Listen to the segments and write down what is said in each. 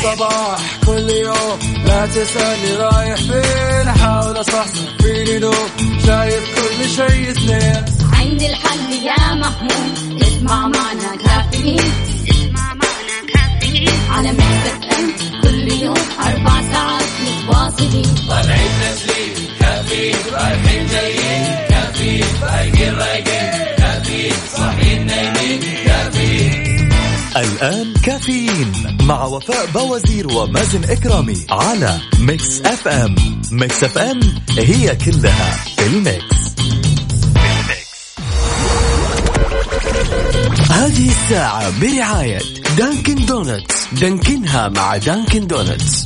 الصباح كل يوم، لا تسألني رايح فين، أحاول أصحصح فيني لو شايف كل شيء اثنين. عندي الحل يا محمود، اسمع معنا كافيين، اسمع معنا كافيين على ميكس اف ام كل يوم 4 ساعات متواصلين. طالعين تسليم كافيين، رايحين جايين كافيين، فايقين رايقين كافيين، صاحيين نايمين كافيين. الآن كافيين مع وفاء بوازير ومازن إكرامي على ميكس اف ام. ميكس اف ام هي كلها في الميكس. هذه الساعة برعاية دانكن دونتس، دانكنها مع دانكن دونتس.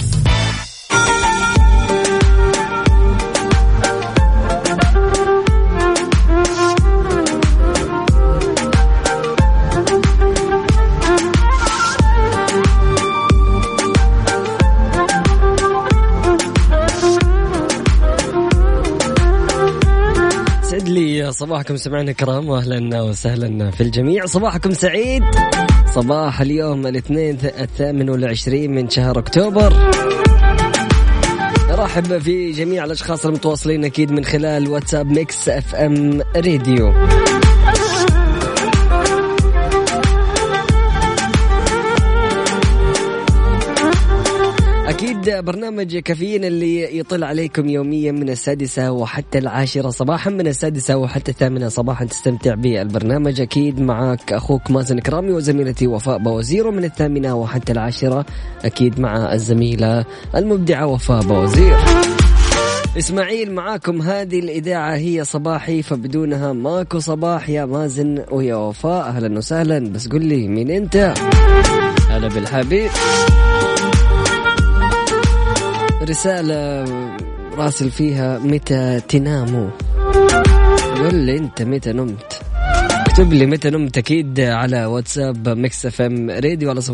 صباحكم سمعنا الكرام، واهلا وسهلا في الجميع. صباحكم سعيد. صباح اليوم الاثنين 28 من شهر اكتوبر. ارحب في جميع الاشخاص المتواصلين اكيد من خلال واتساب ميكس اف ام راديو. أكيد برنامج كافيين اللي يطلع عليكم يوميا من 6 وحتى 10 صباحا، من 6 وحتى 8 صباحا تستمتع بالبرنامج. أكيد معك أخوك مازن كرامي وزميلتي وفاء بوزير، من 8 وحتى 10 أكيد مع الزميلة المبدعة وفاء بوزير. إسماعيل معاكم، هذه الإذاعة هي صباحي فبدونها ماكو صباح يا مازن ويا وفاء. أهلا وسهلا، بس قل لي مين أنت؟ هلا بالحبيب. رسالة راسل فيها متى تناموا، قل لي أنت متى نمت، اكتب لي متى نمت أكيد على واتساب ميكس اف ام راديو على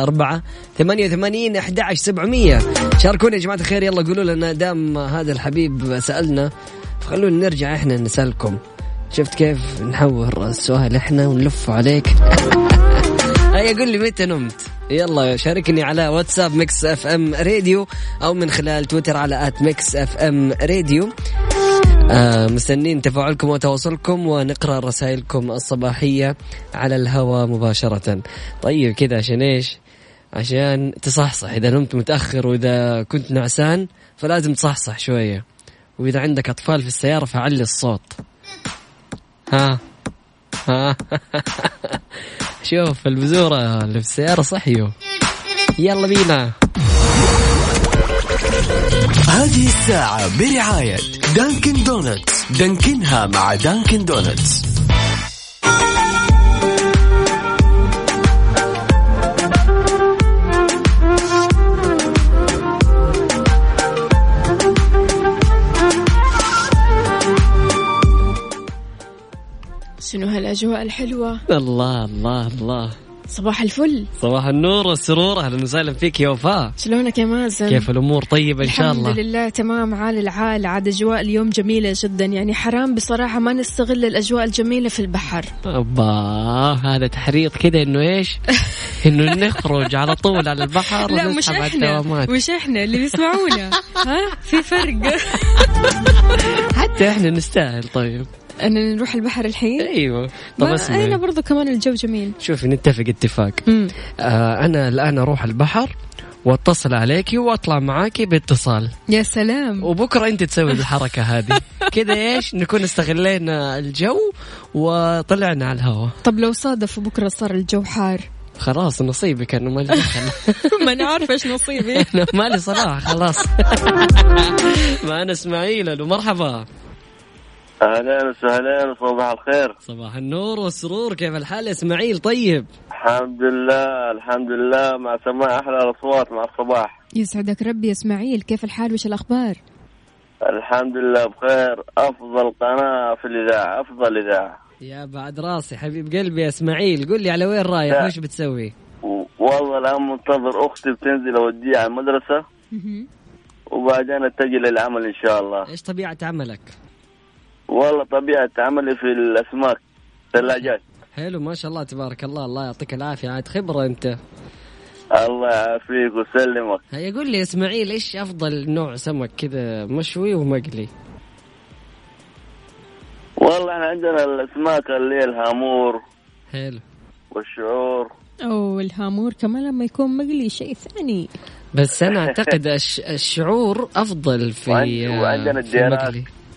0548811700. شاركونا يا جماعة الخير، يلا قولوا لنا دام هذا الحبيب سألنا فخلونا نرجع احنا نسألكم. شفت كيف نحور السؤال احنا ونلف عليك؟ هيا قل لي متى نمت، يلا شاركني على واتساب ميكس اف ام راديو او من خلال تويتر على @ميكس اف ام راديو. مستنين تفاعلكم وتواصلكم ونقرأ رسائلكم الصباحية على الهواء مباشرة. طيب كذا عشان ايش؟ عشان تصحصح. إذا نمت متأخر وإذا كنت نعسان فلازم تصحصح شوية، وإذا عندك أطفال في السيارة فعلي الصوت. ها شوف البزورة اللي في السيارة صحيوا. يلا بينا. هذه الساعة برعاية دانكن دونتس، دانكنها مع دانكن دونتس. شنو هالأجواء الحلوة؟ الله الله الله. صباح الفل، صباح النور والسرور. أهلا وسهلا فيك يا وفاء. شلونك يا مازن؟ كيف الأمور؟ طيبة إن شاء الله. الحمد لله تمام. عال عاد أجواء اليوم جميلة جدا، يعني حرام بصراحة ما نستغل الأجواء الجميلة في البحر. أبا هذا تحريض كده إنه إيش؟ إنه نخرج على طول على البحر. لا مش إحنا اللي بيسمعونا. ها في فرق. حتى إحنا نستاهل. طيب أن نروح البحر الحين. أيوة طب اسمعي، أنا برضو كمان الجو جميل. شوفي نتفق اتفاق. أنا الآن أروح البحر واتصل عليكي واطلع معاكي باتصال. يا سلام. وبكرة أنت تسوي الحركة هذه كده ايش؟ نكون استغلينا الجو وطلعنا على الهواء. طب لو صادف بكرة صار الجو حار؟ خلاص نصيبك انه ما لي دخل. ما انا عارفه ايش نصيبي. ما لي صلاح خلاص. ما انا اسماعيل. مرحبا. اهلا وسهلا، صباح الخير. صباح النور والسرور. كيف الحال يا اسماعيل؟ طيب الحمد لله الحمد لله، مع سماع احلى الاصوات مع الصباح. يسعدك ربي يا اسماعيل، كيف الحال وش الاخبار؟ الحمد لله بخير. افضل قناه في الاذاعه، افضل اذاعه. يا بعد راسي حبيب قلبي يا اسماعيل. قل لي على وين رايح وش بتسوي؟ والله الان منتظر اختي بتنزل اوديها على المدرسه وبعدين اتجه للعمل ان شاء الله. ايش طبيعه عملك؟ والله طبيعه عملي في الاسماك، ثلاجات. حلو ما شاء الله تبارك الله، الله يعطيك العافيه. عاد خبره انت. الله يعافيك وسلمك. يقول لي إسماعيل إيش أفضل نوع سمك كذا مشوي ومقلي؟ والله احنا عندنا الاسماك اللي هي الهامور حلو والشعور. الهامور كمان لما يكون مقلي شيء ثاني. بس أنا أعتقد الشعور أفضل في وعندنا الديراك.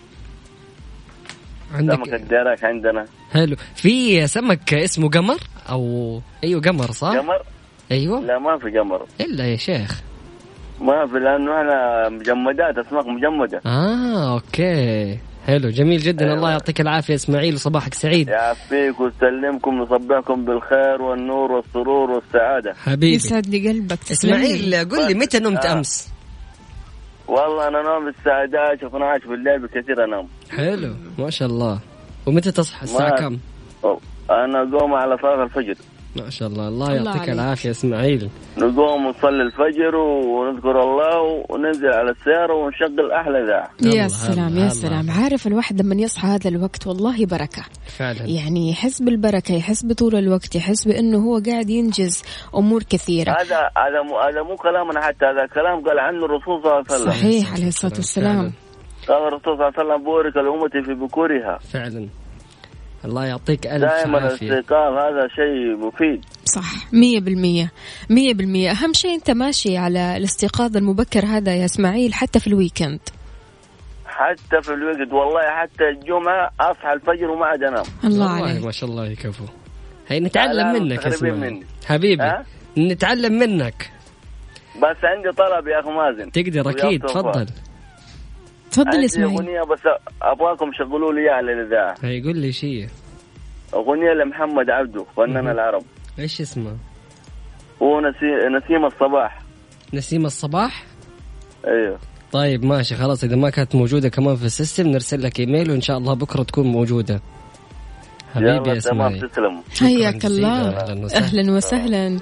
سمك الديراك عندنا. حلو. في سمك اسمه قمر أو أيوه قمر صح؟ قمر؟ أيوه. لا ما في قمر إلا يا شيخ. ما في لأنه احنا مجمدات، أسماك مجمدة. أوكي حلو جميل جدا. الله يعطيك العافية إسماعيل وصباحك سعيد. يعافيك ويسلمكم ونصبحكم بالخير والنور والسرور والسعادة. حبيبي يسعد لي قلبك. إسماعيل قل لي متى نمت أمس؟ والله أنا نوم الساعة 11 و12 بالليل بكثير أنام. حلو ما شاء الله. ومتى تصحى الساعة كم؟ أنا قوم على صلاة الفجر. ما شاء الله. الله يعطيك العافية إسماعيل. نقوم ونصلي الفجر ونذكر الله وننزل على السيارة ونشغل أحلى ذا. يا سلام يا سلام. عارف الواحد لما يصحى هذا الوقت والله بركة فعلا. يعني يحس بالبركة، يحس بطول الوقت، يحس بأنه هو قاعد ينجز أمور كثيرة. هذا مو كلامنا، حتى هذا كلام قال عنه الرسول صلى الله عليه وسلم. صحيح عليه الصلاة والسلام. قال الرسول صلى الله عليه وسلم بورك لأمتي في بكورها. فعلا. الله يعطيك ألف دائما عافية. الاستيقاظ هذا شيء مفيد. صح 100%. 100%. أهم شيء أنت ماشي على الاستيقاظ المبكر هذا يا إسماعيل، حتى في الويكند. حتى في الويكند والله، حتى الجمعة أصحى الفجر وما عاد أنام. الله عليك ما شاء الله يكفو. هي نتعلم منك إسماعيل حبيبي. نتعلم منك. بس عندي طلب يا أخي مازن. تقدر أكيد. تفضل إسماعيل. أغنية بس أبغاكم شغلوا لي على الإذاعة. يقول لي شيء. أغنية لمحمد عبده فنان العرب. إيش اسمه؟ هو نسيم الصباح. نسيم الصباح. أيوه طيب ماشي خلاص. إذا ما كانت موجودة كمان في السيستم نرسل لك إيميل وإن شاء الله بكرة تكون موجودة. حبيبي يا إسماعيل. حياك الله. أهلا وسهلا.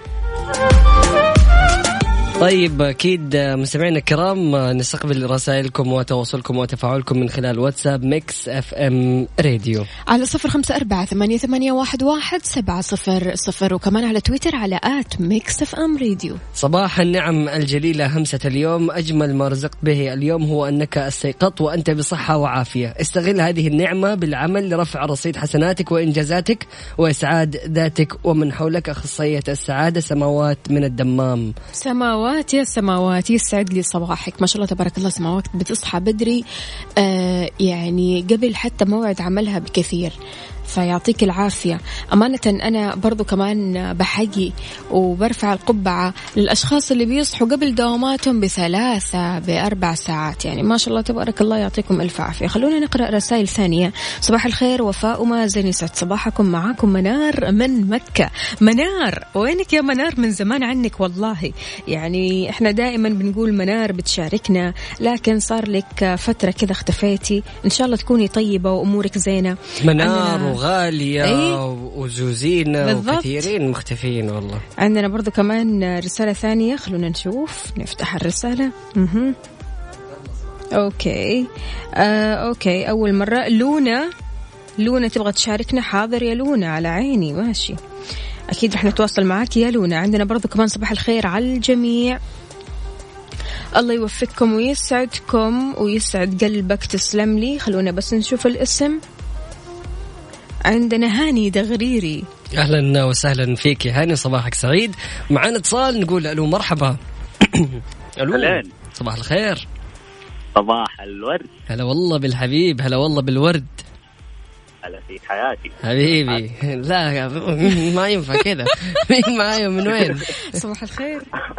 طيب أكيد مستمعينا الكرام نستقبل رسائلكم وتواصلكم وتفاعلكم من خلال واتساب ميكس اف ام راديو على 0548811700 وكمان على تويتر على @ميكس اف ام راديو. صباح النعم الجليلة همسة اليوم. أجمل ما رزقت به اليوم هو أنك استيقظت وأنت بصحة وعافية. استغل هذه النعمة بالعمل لرفع رصيد حسناتك وإنجازاتك وإسعاد ذاتك ومن حولك. أخصائية السعادة سماوات من الدمام. سماوات يا سماوات، يسعد لي صباحك. ما شاء الله تبارك الله. سماوات بتصحى بدري يعني قبل حتى موعد عملها بكثير، فيعطيك العافية. أمانة أنا برضو كمان بحيي وبرفع القبعة للأشخاص اللي بيصحوا قبل دواماتهم ب3 ب4 ساعات، يعني ما شاء الله تبارك الله، يعطيكم ألف عافية. خلونا نقرأ رسائل ثانية. صباح الخير وفاء ومازن، يسعد صباحكم. معاكم منار من مكة. منار وينك يا منار؟ من زمان عنك والله، يعني احنا دائما بنقول منار بتشاركنا، لكن صار لك فترة كذا اختفيتي. إن شاء الله تكوني طيبة وأمورك زينة. منار وغالية أيه؟ وزوزينة بالضبط. وكثيرين مختفين والله. عندنا برضو كمان رسالة ثانية، خلونا نشوف نفتح الرسالة. أوكي أوكي أول مرة لونا تبغى تشاركنا. حاضر يا لونا، على عيني ماشي، أكيد رح نتواصل معاك يا لونا. عندنا برضو كمان صباح الخير على الجميع، الله يوفقكم ويسعدكم ويسعد قلبك. تسلم لي. خلونا بس نشوف الاسم. عندنا هاني دغريري. أهلا وسهلا فيك يا هاني، صباحك سعيد. معنا اتصال نقول ألو مرحبا. ألو صباح الخير. صباح الورد. هلا والله بالحبيب، هلا والله بالورد. هلا في حياتي حبيبي. لا ما ينفع كذا. مين معايا من وين؟ صباح الخير.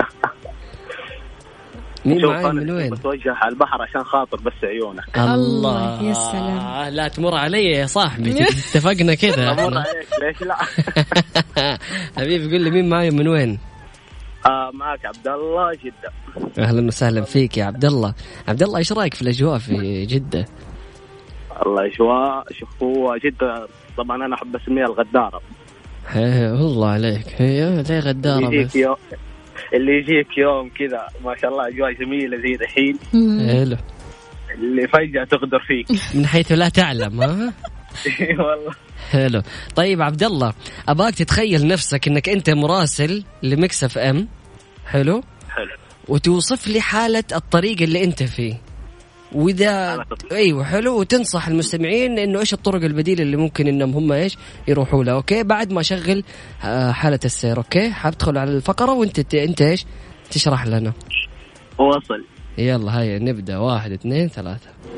مين معايا من وين؟ بتوجه على البحر عشان خاطر بس عيونك. الله يا سلام. لا تمر علي يا صاحبي. اتفقنا كذا. أمر عليك ليش لا. حبيبي قل لي مين معايا من وين؟ معك عبد الله جدة. أهلا وسهلا فيك يا عبد الله. عبد الله إيش رأيك في الأجواء في جدة؟ الله أجواء شوف، هو جدة طبعا أنا أحب اسميها الغدارة. الله عليك. هي زي غدارة بس. اللي يجيك يوم كذا ما شاء الله أجواء جميلة زي الحين. حلو. اللي فجأة تغدر فيك من حيث لا تعلم. ها والله. حلو. طيب عبد الله، أباك تتخيل نفسك إنك أنت مراسل لميكس اف ام حلو. وتوصف لي حالة الطريق اللي أنت فيه، وإذا أيوة حلو، وتنصح المستمعين إنه إيش الطرق البديلة اللي ممكن إنهم هم إيش يروحوا لها. أوكي بعد ما أشغل حالة السير. أوكي حبدخل على الفقرة وأنت إيش تشرح لنا. وصل. يلا هيا نبدأ. 1 2 3.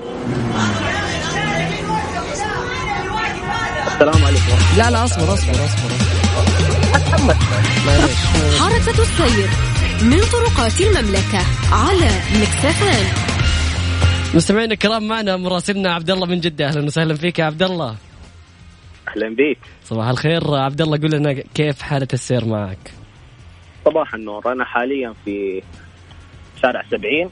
السلام عليكم. لا أصبر. حركة السير من طرقات المملكة على ميكس اف ام. مستمعينا الكرام معنا مراسلنا عبد الله من جدة. أهلا وسهلا فيك يا عبد الله. أهلا بك. صباح الخير عبد الله، قول لنا كيف حالة السير معك؟ صباح النور. أنا حاليا في شارع 70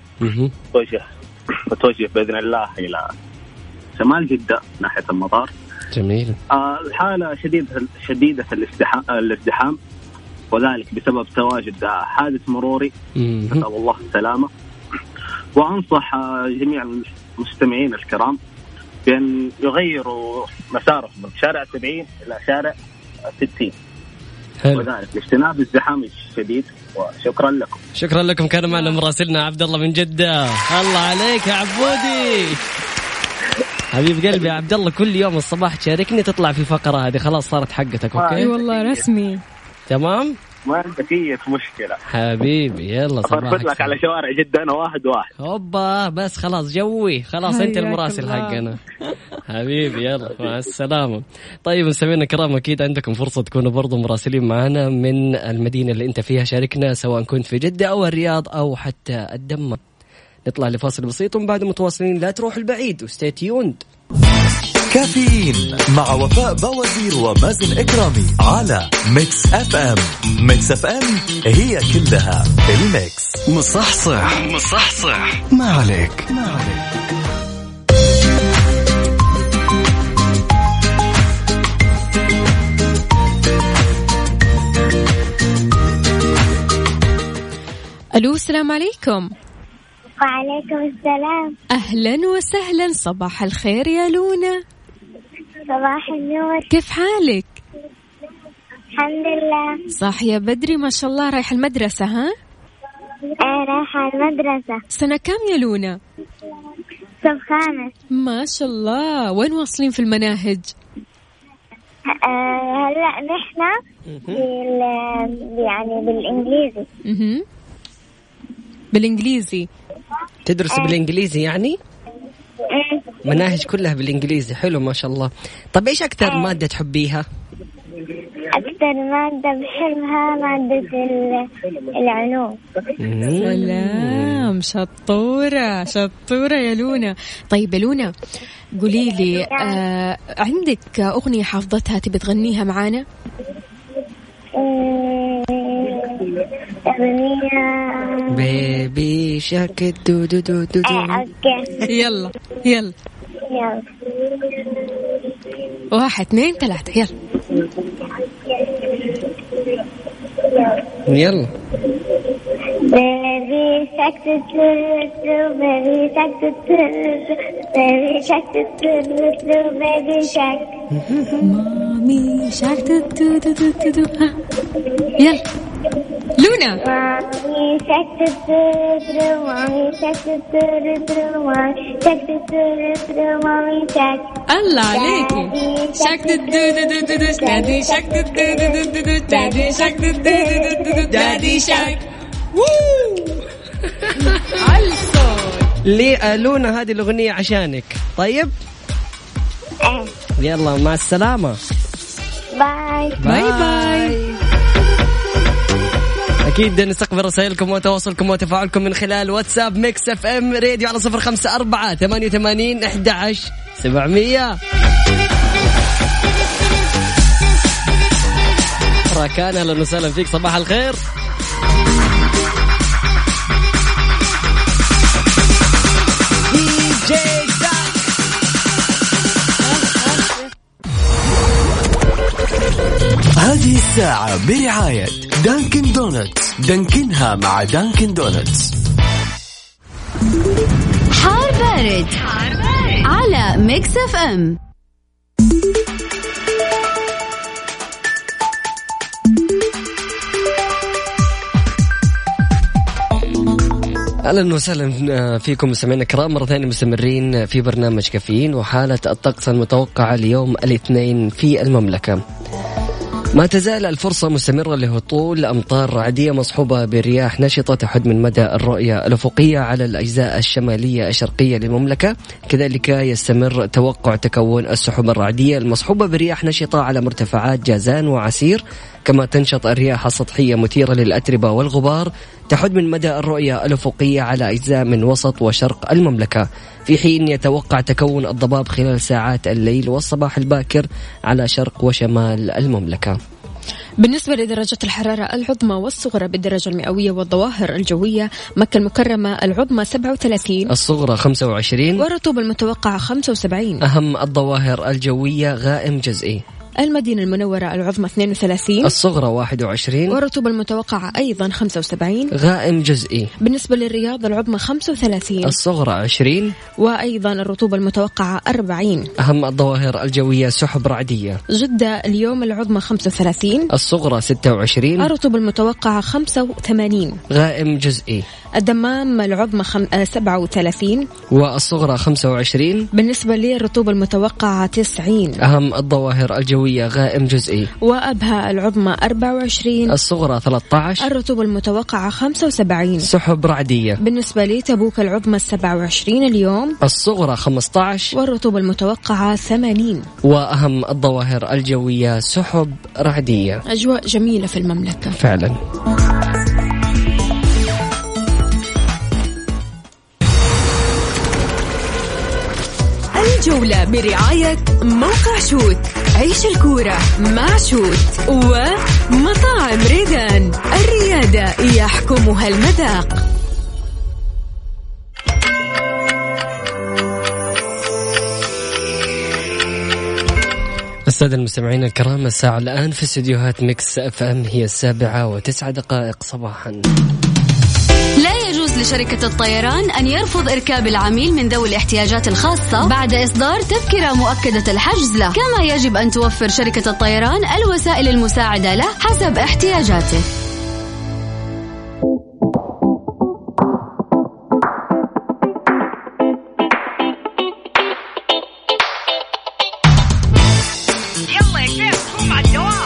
متوجه بإذن الله إلى شمال جدة ناحية المطار. جميل. الحالة شديدة الازدحام، وذلك بسبب تواجد حادث مروري، نسأل الله السلامة. وأنصح جميع المستمعين الكرام بأن يغيروا مسارهم من شارع 70 إلى شارع 60، وذلك لاجتناب الزحام الشديد. وشكرا لكم. شكرا لكم. كان معنا مراسلنا عبد الله من جدة. الله عليك يا عبودي حبيب قلبي يا عبد الله، كل يوم الصباح تشاركني تطلع في فقرة هذه، خلاص صارت حقتك. أوكي اي والله رسمي. تمام ما عندك أي مشكلة حبيبي. يلا صباحك. أفرفت لك على شوارع جدة أنا واحد. هوبا بس خلاص جوي، خلاص أنت المراسل حقنا حبيبي. يلا مع السلامة. طيب مستمعينا الكرام، أكيد عندكم فرصة تكونوا برضو مراسلين معنا من المدينة اللي أنت فيها. شاركنا سواء كنت في جدة أو الرياض أو حتى الدمام. نطلع لفاصل بسيط ومن بعد متواصلين. لا تروح البعيد وستي تيوند. كافيين مع وفاء بوازير ومازن إكرامي على ميكس اف ام. ميكس اف ام هي كلها الميكس. مصحصح ما عليك. ألو السلام عليكم. وعليكم السلام. أهلا وسهلا. صباح الخير يا لونا. صباح النور. كيف حالك؟ الحمد لله. صح يا بدري ما شاء الله. رايح المدرسة ها؟ رايحة المدرسة. سنة كام يا لونا؟ صف 5. ما شاء الله. وين واصلين في المناهج؟ هلا نحن يعني بالإنجليزي. بالإنجليزي تدرس بالإنجليزي يعني؟ مناهج كلها بالإنجليزي. حلو ما شاء الله. طب إيش أكثر مادة تحبيها؟ أكثر مادة بحبها مادة العلوم. سلام. شطورة يا لونا. طيب يا لونا قولي لي عندك أغنية حافظتها تبي تغنيها معانا؟ بيبي شاك دو دو دو دو دو. يلا 1 2 3 يلا. Baby shark do do do, baby shark do do do, baby shark do do do, baby shark. مامي شارك دو دو دو دو دو. يلا لونا. مامي شارك دو دو، مامي شارك دو دو، مامي شارك دو دو، مامي شارك. الله عليكي. شارك دو دو دو دو، دادي شارك دو دو دو دو، دادي شارك دو دو دو، دادي شارك. ليه لونا هذه الأغنية عشانك. طيب يلا مع السلامة. باي. أكيد نستقبل رسائلكم وتواصلكم وتفاعلكم من خلال واتساب ميكس اف ام راديو على 054 88 11 700. راكان أهلا وسهلا فيك. صباح الخير. هذه الساعة برعاية دانكن دونتس. دانكنها مع دانكن دونتس. حار بارد على ميكس اف ام. أهلا وسهلا فيكم مستمعينا الكرام، مرة ثانية مستمرين في برنامج كافيين. وحالة الطقس المتوقعة اليوم الاثنين في المملكة، ما تزال الفرصة مستمرة لهطول أمطار رعدية مصحوبة برياح نشطة تحد من مدى الرؤية الأفقية على الأجزاء الشمالية الشرقية للمملكة. كذلك يستمر توقع تكون السحب الرعدية المصحوبة برياح نشطة على مرتفعات جازان وعسير. كما تنشط الرياح السطحية مثيرة للأتربة والغبار تحد من مدى الرؤية الأفقية على أجزاء من وسط وشرق المملكة، في حين يتوقع تكون الضباب خلال ساعات الليل والصباح الباكر على شرق وشمال المملكة. بالنسبة لدرجة الحرارة العظمى والصغرى بالدرجة المئوية والظواهر الجوية، مكة المكرمة العظمى 37، الصغرى 25، والرطوبة المتوقعة 75. أهم الظواهر الجوية غائم جزئي. المدينة المنورة العظمى 32، الصغرى 21، والرطوبة المتوقعة أيضا 75، غائم جزئي. بالنسبة للرياض العظمى 35، الصغرى 20، وأيضا الرطوبة المتوقعة 40. أهم الظواهر الجوية سحب رعدية. جدة اليوم العظمى 35، الصغرى 26، الرطوبة المتوقعة 85، غائم جزئي. الدمام العظمى 37، والصغرى 25. بالنسبة للرطوبة المتوقعة 90. أهم الظواهر الجوية غائم جزئي. وأبها العظمى 24، الصغرى 13، الرطوبة المتوقعة 75، سحب رعدية. بالنسبة لتبوك العظمى 27 اليوم، الصغرى 15، والرطوبة المتوقعة 80. وأهم الظواهر الجوية سحب رعدية. أجواء جميلة في المملكة فعلا. الجولة برعاية موقع شوت، عيش الكورة مع شوت، ومطاعم ريدان الريادة يحكمها المذاق. السادة المستمعين الكرام، الساعة الآن في استديوهات ميكس اف ام هي 7:09 صباحا. لا يجوز لشركة الطيران أن يرفض إركاب العميل من ذوي الاحتياجات الخاصة بعد إصدار تذكرة مؤكدة الحجز له، كما يجب أن توفر شركة الطيران الوسائل المساعدة له حسب احتياجاته. يلا يا شيخ قوم على الدوام.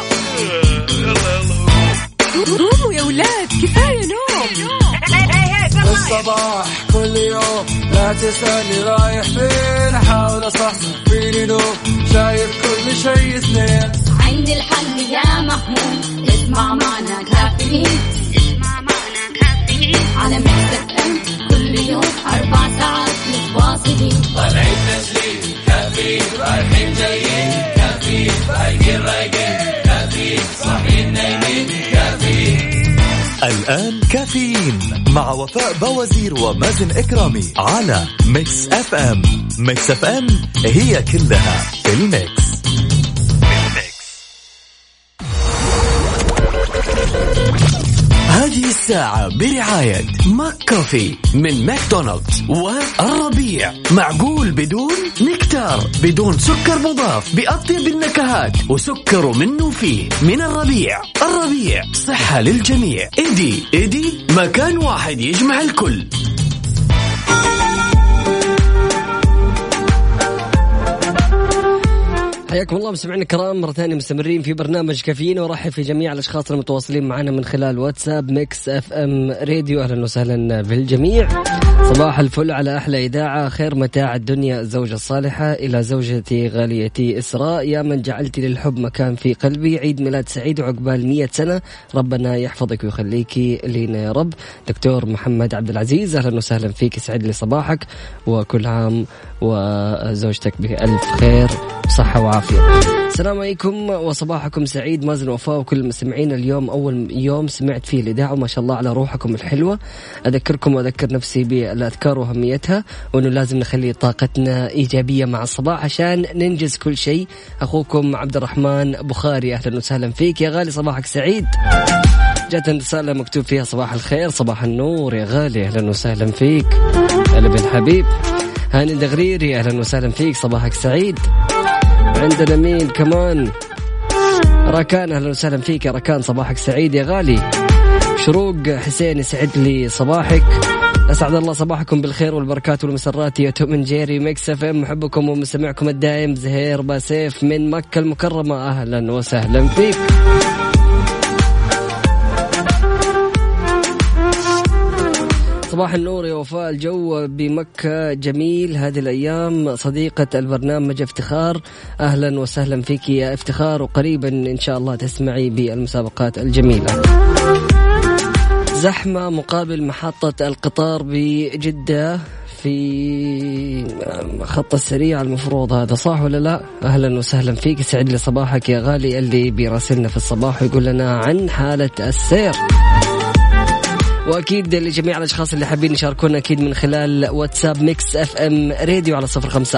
قوموا يا ولاد، كفاية نوم. الصباح كل يوم لا تسألني رايح فين، أحاول أصحصح فيني نوم، شايف كل شيء اثنين. عندي الحل يا محمود، اسمع معنا كافيين، اسمع معنا كافيين على ميكس اف ام كل يوم 4 ساعات متواصلين. طالعين تسليم كافيين، رايحين جايين كافيين، فايقين رايقين كافيين، صاحيين نايمين كافيين. الآن كافيين مع وفاء بوازير ومازن إكرامي على ميكس اف ام. ميكس اف ام هي كلها الميكس. هذه الساعة برعاية ماك كوفي من ماكدونالدز والربيع. معقول بدون نكتار، بدون سكر مضاف، بأطيب النكهات وسكر منه فيه. من الربيع. الربيع صحة للجميع. إيدي مكان واحد يجمع الكل. حياكم الله مستمعينا الكرام، مرة ثانية مستمرين في برنامج كافيين، ورحب في جميع الأشخاص المتواصلين معنا من خلال واتساب ميكس اف ام راديو. أهلا وسهلا بالجميع، صباح الفل على أحلى إذاعة. خير متاع الدنيا الزوجة الصالحة، إلى زوجتي غاليتي إسراء، يا من جعلتي للحب مكان في قلبي، عيد ميلاد سعيد وعقبال 100 سنة، ربنا يحفظك ويخليكي لينا يا رب. دكتور محمد عبد العزيز، أهلا وسهلا فيك، يسعد لي صباحك، وكل عام وزوجتك بألف خير صحة وعافية. السلام عليكم وصباحكم سعيد، مازن وفاء وكل المستمعين. اليوم أول يوم سمعت فيه الإذاعة، ما شاء الله على روحكم الحلوة. أذكركم وأذكر نفسي بالأذكار وأهميتها، وأنه لازم نخلي طاقتنا إيجابية مع الصباح عشان ننجز كل شيء. أخوكم عبد الرحمن بخاري، أهلا وسهلا فيك يا غالي، صباحك سعيد. جات رسالة مكتوب فيها صباح الخير صباح النور يا غالي، أهلا وسهلا فيك. هلا بالحبيب. هاني دغريري، أهلا وسهلا فيك، صباحك سعيد. عندنا مين كمان؟ ركان، أهلا وسهلا فيك يا ركان، صباحك سعيد يا غالي. شروق حسين، يسعد لي صباحك. أسعد الله صباحكم بالخير والبركات والمسرات يا توم جيري ميكس اف ام. محبكم ومستمعكم الدائم زهير باسيف من مكة المكرمة. أهلا وسهلا فيك. صباح النور يا وفاء. الجو بمكة جميل هذه الأيام. صديقة البرنامج افتخار، أهلا وسهلا فيك يا افتخار، وقريبا إن شاء الله تسمعي بالمسابقات الجميلة. زحمة مقابل محطة القطار بجدة في خط السريع المفروض، هذا صح ولا لا؟ أهلا وسهلا فيك، سعد لي صباحك يا غالي اللي بيراسلنا في الصباح ويقول لنا عن حالة السير. وأكيد لجميع الأشخاص اللي حابين يشاركونا أكيد من خلال واتساب ميكس اف ام راديو على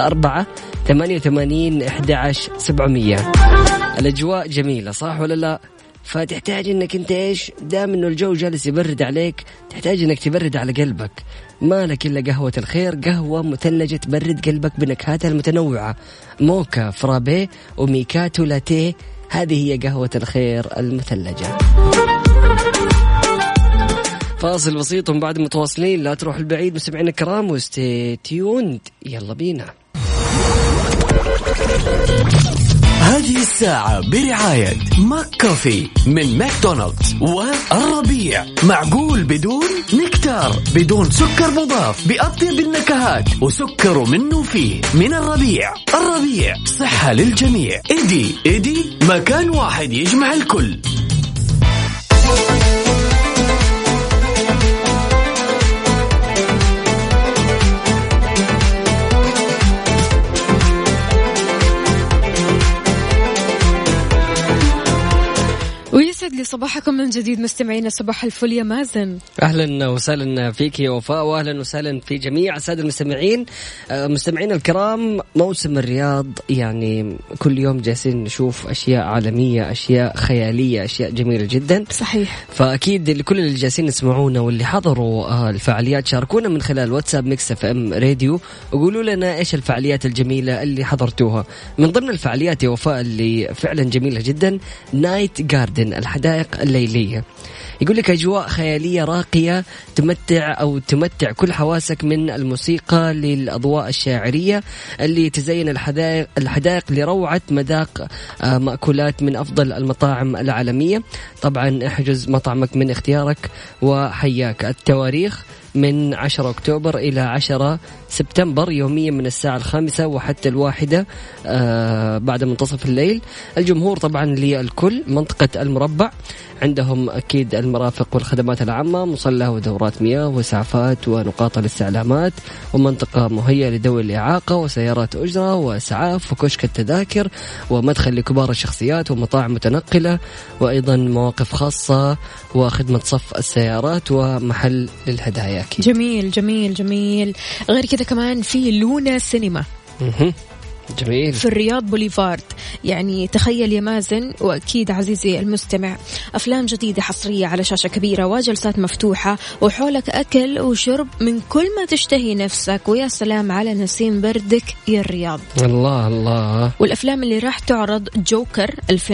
0548811700. الأجواء جميلة صح ولا لا؟ فتحتاج انك انت ايش، دام انه الجو جالس يبرد عليك تحتاج انك تبرد على قلبك. ما لك الا قهوة الخير، قهوة مثلجة تبرد قلبك بنكهاتها المتنوعة، موكا، فرابيه وميكاتو لاتيه. هذه هي قهوة الخير المثلجة. فاصل بسيط ومن بعد متواصلين، لا تروح البعيد مستمعين الكرام وستي تيوند. يلا بينا. هذه الساعة برعاية ماك كوفي من ماكدونالدز والربيع. معقول بدون نكتار، بدون سكر مضاف، بأطيب النكهات وسكر منه فيه. من الربيع. الربيع صحة للجميع. إيدي مكان واحد يجمع الكل. ويسعد لي صباحكم من جديد مستمعينا. صباح الفل يا مازن. أهلا وسهلا فيك يا وفاء، وأهلا وسهلا في جميع السادة المستمعين. مستمعين الكرام، موسم الرياض يعني كل يوم جالسين نشوف أشياء عالمية، أشياء خيالية، أشياء جميلة جدا. صحيح. فأكيد لكل اللي جالسين يسمعونا واللي حضروا الفعاليات شاركونا من خلال واتساب ميكس اف ام راديو وقولوا لنا إيش الفعاليات الجميلة اللي حضرتوها. من ضمن الفعاليات يا وفاء اللي فعلا جميلة جدا نايت جاردن، الحدائق الليلية. يقول لك أجواء خيالية راقية تمتع كل حواسك، من الموسيقى للأضواء الشاعرية اللي تزين الحدائق لروعة مذاق مأكولات من أفضل المطاعم العالمية. طبعا احجز مطعمك من اختيارك وحياك. التواريخ من 10 أكتوبر إلى 10 سبتمبر يوميا من الساعة 5 وحتى 1 بعد منتصف الليل. الجمهور طبعا للكل. منطقة المربع عندهم أكيد المرافق والخدمات العامة، مصلى ودورات مياه وإسعافات ونقاط الاستعلامات، ومنطقة مهيئة لذوي الإعاقة وسيارات أجرة وإسعاف وكشك التذاكر ومدخل لكبار الشخصيات ومطاعم متنقلة، وأيضا مواقف خاصة وخدمة صف السيارات ومحل للهدايا. جميل جميل جميل. غير كذا كمان في لونا سينما جميل في الرياض بوليفارد. يعني تخيل يا مازن وأكيد عزيزي المستمع، أفلام جديدة حصرية على شاشة كبيرة وجلسات مفتوحة وحولك أكل وشرب من كل ما تشتهي نفسك، ويا سلام على نسيم بردك يا الرياض. الله الله. والأفلام اللي راح تعرض: جوكر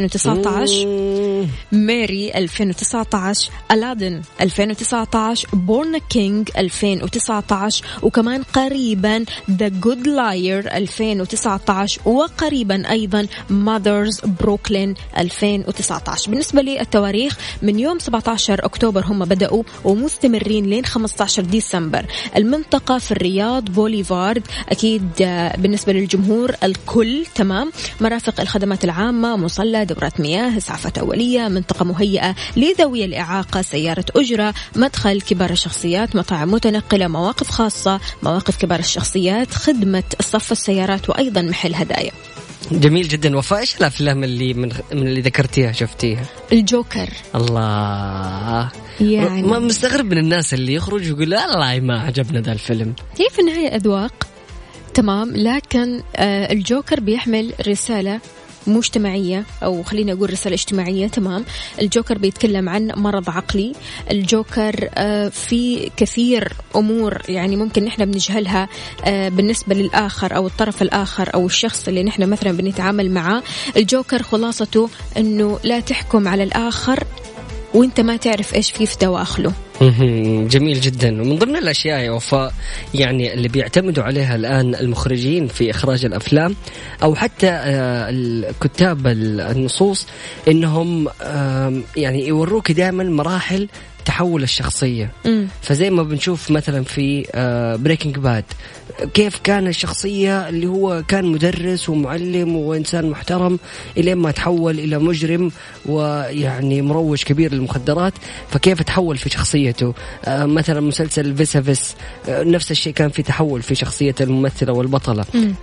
2019، ماري 2019، ألادين 2019، بورن كينج 2019، وكمان قريبا ذا جود لاير 2019، وقريبا أيضا ماذرز بروكلين 2019. بالنسبة للتواريخ من يوم 17 أكتوبر هم بدأوا ومستمرين لين 15 ديسمبر. المنطقة في الرياض بوليفارد أكيد بالنسبة للجمهور الكل تمام. مرافق الخدمات العامة، مصلى، دورات مياه، إسعافات أولية، منطقة مهيئة لذوي الإعاقة، سيارة أجرة، مدخل كبار الشخصيات، مطاعم متنقلة، مواقف خاصة، مواقف كبار الشخصيات، خدمة صف السيارات، وأيضا محل هدايا. جميل جدا. وفاء ايش الافلام اللي من اللي ذكرتيها شفتيها؟ الجوكر. الله، يعني ما مستغرب من الناس اللي يخرج ويقول الله ما عجبنا ذا الفيلم. هي في النهاية أذواق تمام، لكن الجوكر بيحمل رسالة مجتمعية، أو خلينا أقول رسالة اجتماعية تمام. الجوكر بيتكلم عن مرض عقلي. الجوكر في كثير أمور يعني ممكن نحن بنجهلها بالنسبة للآخر أو الطرف الآخر أو الشخص اللي نحن مثلا بنتعامل معه. الجوكر خلاصته أنه لا تحكم على الآخر وانت ما تعرف ايش فيه في دواخله. جميل جدا. ومن ضمن الأشياء يا وفاء يعني اللي بيعتمدوا عليها الآن المخرجين في إخراج الأفلام أو حتى الكتاب النصوص إنهم يعني يوروك دائما مراحل تحول الشخصية. فزي ما بنشوف مثلا في بريكنج باد كيف كان الشخصية اللي هو كان مدرس ومعلم وإنسان محترم إلى ما تحول إلى مجرم ويعني مروج كبير للمخدرات، فكيف تحول في شخصيته. مثلا مسلسل فيسافيس نفس الشيء، كان في تحول في شخصية الممثلة والبطلة.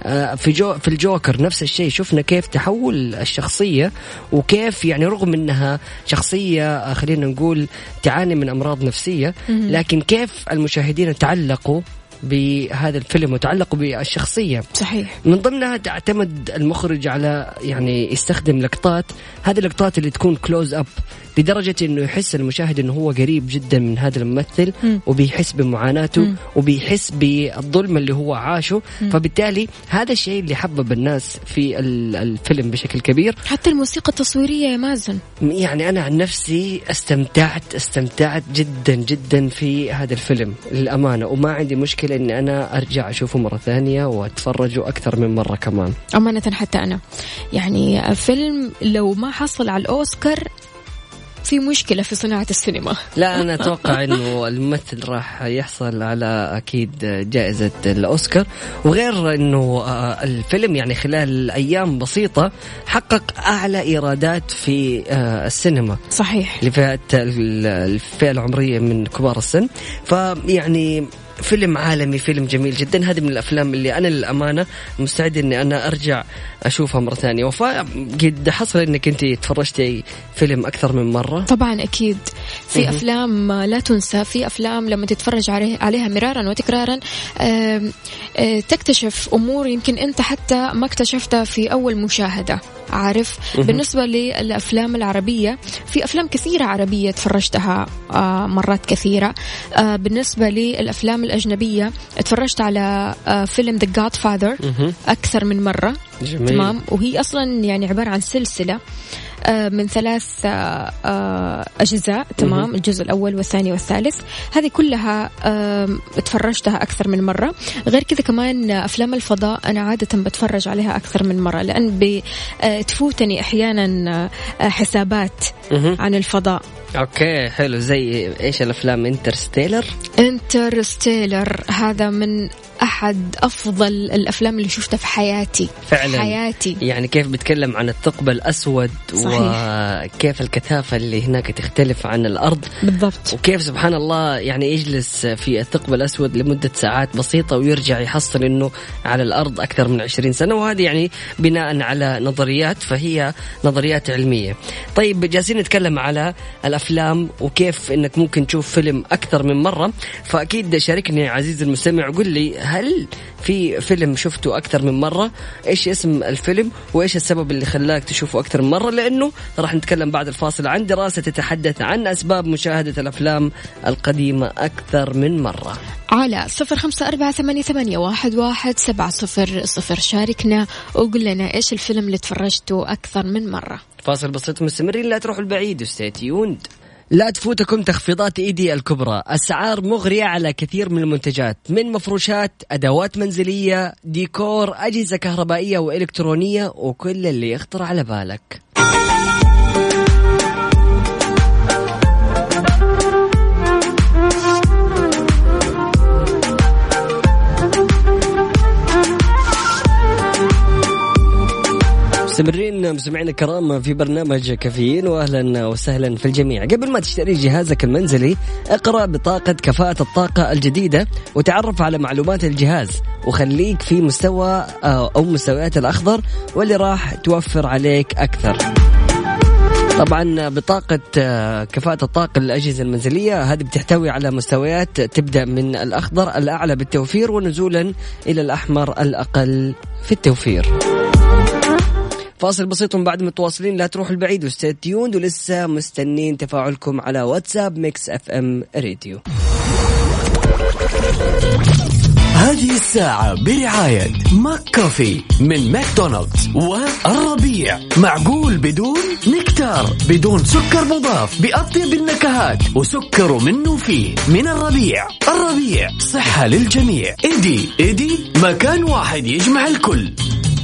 في الجوكر نفس الشيء، شفنا كيف تحول الشخصية وكيف يعني رغم أنها شخصية خلينا نقول تعاني من أمراض نفسية، لكن كيف المشاهدين تعلقوا بهذا الفيلم وتعلقوا بالشخصية. صحيح. من ضمنها تعتمد المخرج على يعني يستخدم لقطات، هذه اللقطات اللي تكون كلوز أب لدرجة إنه يحس المشاهد إنه هو قريب جدا من هذا الممثل وبيحس بمعاناته وبيحس بالظلم اللي هو عاشه. فبالتالي هذا الشيء اللي حبب الناس في الفيلم بشكل كبير. حتى الموسيقى التصويرية يا مازن، يعني أنا عن نفسي استمتعت جدا جدا في هذا الفيلم للأمانة، وما عندي مشكلة إن أنا أرجع أشوفه مرة ثانية وأتفرجه أكثر من مرة كمان. أمانة حتى أنا يعني فيلم لو ما حصل على الأوسكار في مشكلة في صناعة السينما. لا أنا أتوقع إنه الممثل راح يحصل على أكيد جائزة الأوسكار، وغير إنه الفيلم يعني خلال أيام بسيطة حقق أعلى إيرادات في السينما. صحيح. لفئة الفئة العمرية من كبار السن. فيعني فيلم عالمي، فيلم جميل جدا. هذه من الأفلام اللي أنا للأمانة مستعد إني أنا أرجع أشوفها مرة ثانية. وفاء قد حصل إنك أنت تفرجتي فيلم أكثر من مرة؟ طبعا أكيد. في أفلام لا تنسى، في أفلام لما تتفرج عليها مرارا وتكرارا تكتشف أمور يمكن أنت حتى ما اكتشفتها في أول مشاهدة. عارف بالنسبة للأفلام العربية، في أفلام كثيرة عربية تفرجتها مرات كثيرة. بالنسبة للأفلام الأجنبية اتفرجت على فيلم The Godfather أكثر من مرة. جميل. تمام. وهي أصلا يعني عبارة عن سلسلة من 3 أجزاء. تمام. الجزء الأول والثاني والثالث، هذه كلها اتفرجتها أكثر من مرة. غير كذا كمان أفلام الفضاء أنا عادة بتفرج عليها أكثر من مرة، لأن تفوتني أحيانا حسابات عن الفضاء. أوكي حلو. زي إيش الأفلام؟ انترستيلر هذا من أحد أفضل الأفلام اللي شفتها في حياتي. فعلا. حياتي. يعني كيف بيتكلم عن الثقب الأسود. صحيح. وكيف الكثافة اللي هناك تختلف عن الأرض. بالضبط. وكيف سبحان الله يعني يجلس في الثقب الأسود لمدة ساعات بسيطة ويرجع يحصل إنه على الأرض أكثر من 20 سنة، وهذه يعني بناء على نظريات، فهي نظريات علمية. طيب جالسين نتكلم على الأفلام وكيف إنك ممكن تشوف فيلم أكثر من مرة، فأكيد شاركني عزيزي المستمع وقل لي هل في فيلم شفته أكثر من مرة؟ إيش اسم الفيلم وإيش السبب اللي خلاك تشوفه أكثر من مرة؟ لأنه راح نتكلم بعد الفاصل عن دراسة تتحدث عن أسباب مشاهدة الأفلام القديمة أكثر من مرة. على 0548811700 شاركنا وقل لنا إيش الفيلم اللي تفرجته أكثر من مرة. فاصل بسيط مستمرين، لا تروحوا البعيد. stay tuned. لا تفوتكم تخفيضات إيدي الكبرى، أسعار مغرية على كثير من المنتجات، من مفروشات، أدوات منزلية، ديكور، أجهزة كهربائية وإلكترونية، وكل اللي يخطر على بالك. مستمرين مستمعينا الكرام في برنامج كافيين، واهلا وسهلا في الجميع. قبل ما تشتري جهازك المنزلي اقرأ بطاقة كفاءة الطاقة الجديدة وتعرف على معلومات الجهاز، وخليك في مستوى أو مستويات الأخضر واللي راح توفر عليك أكثر. طبعا بطاقة كفاءة الطاقة للأجهزة المنزلية هذه بتحتوي على مستويات تبدأ من الأخضر الأعلى بالتوفير ونزولا إلى الأحمر الأقل في التوفير. فاصل بسيط بعد متواصلين، لا تروح البعيد وستي تيوند، ولسه مستنين تفاعلكم على واتساب ميكس اف ام راديو. هذه الساعة برعاية ماك كوفي من ماكدونالدز والربيع. معقول بدون نكتار، بدون سكر مضاف، بأطيب النكهات وسكر منه فيه. من الربيع. الربيع صحة للجميع. إيدي مكان واحد يجمع الكل.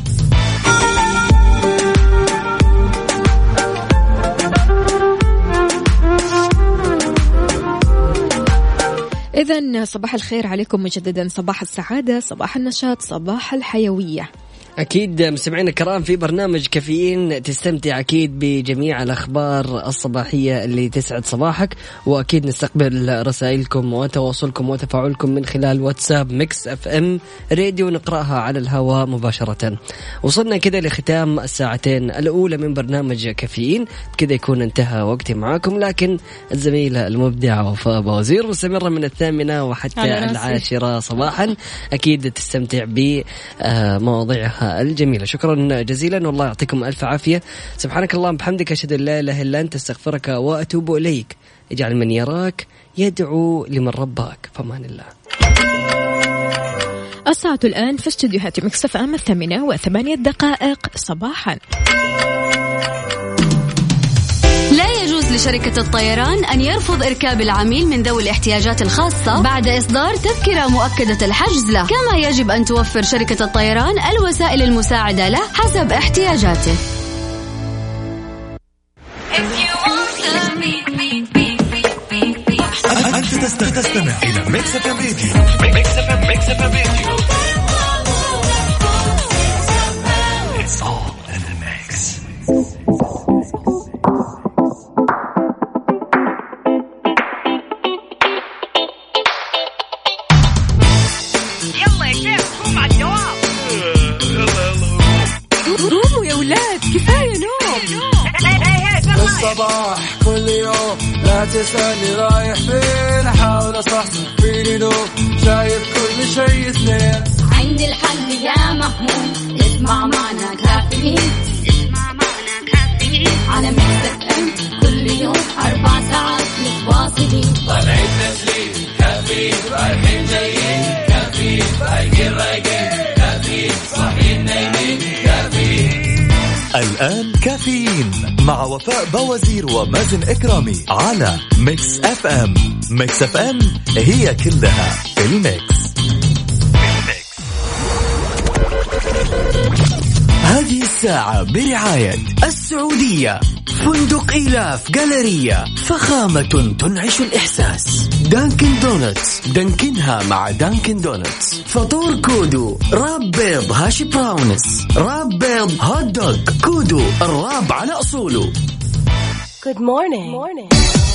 إذن صباح الخير عليكم مجددا، صباح السعادة، صباح النشاط، صباح الحيوية. أكيد مستمعينا الكرام في برنامج كافيين تستمتع أكيد بجميع الأخبار الصباحية اللي تسعد صباحك، وأكيد نستقبل رسائلكم وتواصلكم وتفاعلكم من خلال واتساب ميكس اف ام راديو، نقرأها على الهواء مباشرة. وصلنا كده لختام الساعتين الأولى من برنامج كافيين، كده يكون انتهى وقتي معاكم، لكن الزميلة المبدعة وفاء بوزير مستمرة من 8 وحتى 10 صباحا، أكيد تستمتع بمواضيعها الجميلة. شكرا جزيلا والله يعطيكم ألف عافية. سبحانك اللهم بحمدك، أشهد أن لا إله إلا أنت، استغفرك وأتوب إليك. اجعل من يراك يدعو لمن رباك. فمان الله. الساعة الآن في استديوهات ميكس اف ام 8:08 صباحا. لا يجوز لشركة الطيران أن يرفض إركاب العميل من ذوي الاحتياجات الخاصة بعد إصدار تذكرة مؤكدة الحجز له، كما يجب أن توفر شركة الطيران الوسائل المساعدة له حسب احتياجاته. أنت تستمع إلى ميكس اف ام راديو. ميكس اف ام راديو. It's all in the mix. قوموا يا ولاد، كفاية نوم. الصباح كل يوم لا تسألني رايح فين، أحاول أصحصح فيني نوم، شايف كل شيء اثنين. عندي الحل يا محمود، اسمع معنا كافيين، اسمع معنا كافيين على ميكس اف ام، كل يوم 4 ساعات متواصلين. طالعين تسليم كافيين، رايحين جايين كافيين، رايقين كافيين، صاحيين نايمين كافيين. الآن كافيين مع وفاء بوزير ومازن إكرامي على ميكس اف ام. ميكس اف ام هي كلها في الميكس. هذه الساعة برعاية السعودية، فندق إيلاف جاليريا، فخامة تنعش الإحساس. دانكن دونتس، دانكنها مع دانكن دونتس. فطور كودو، راب بيض هاشي براونس، راب بيض هوت دوغ. كودو، الراب على أصوله. Good morning.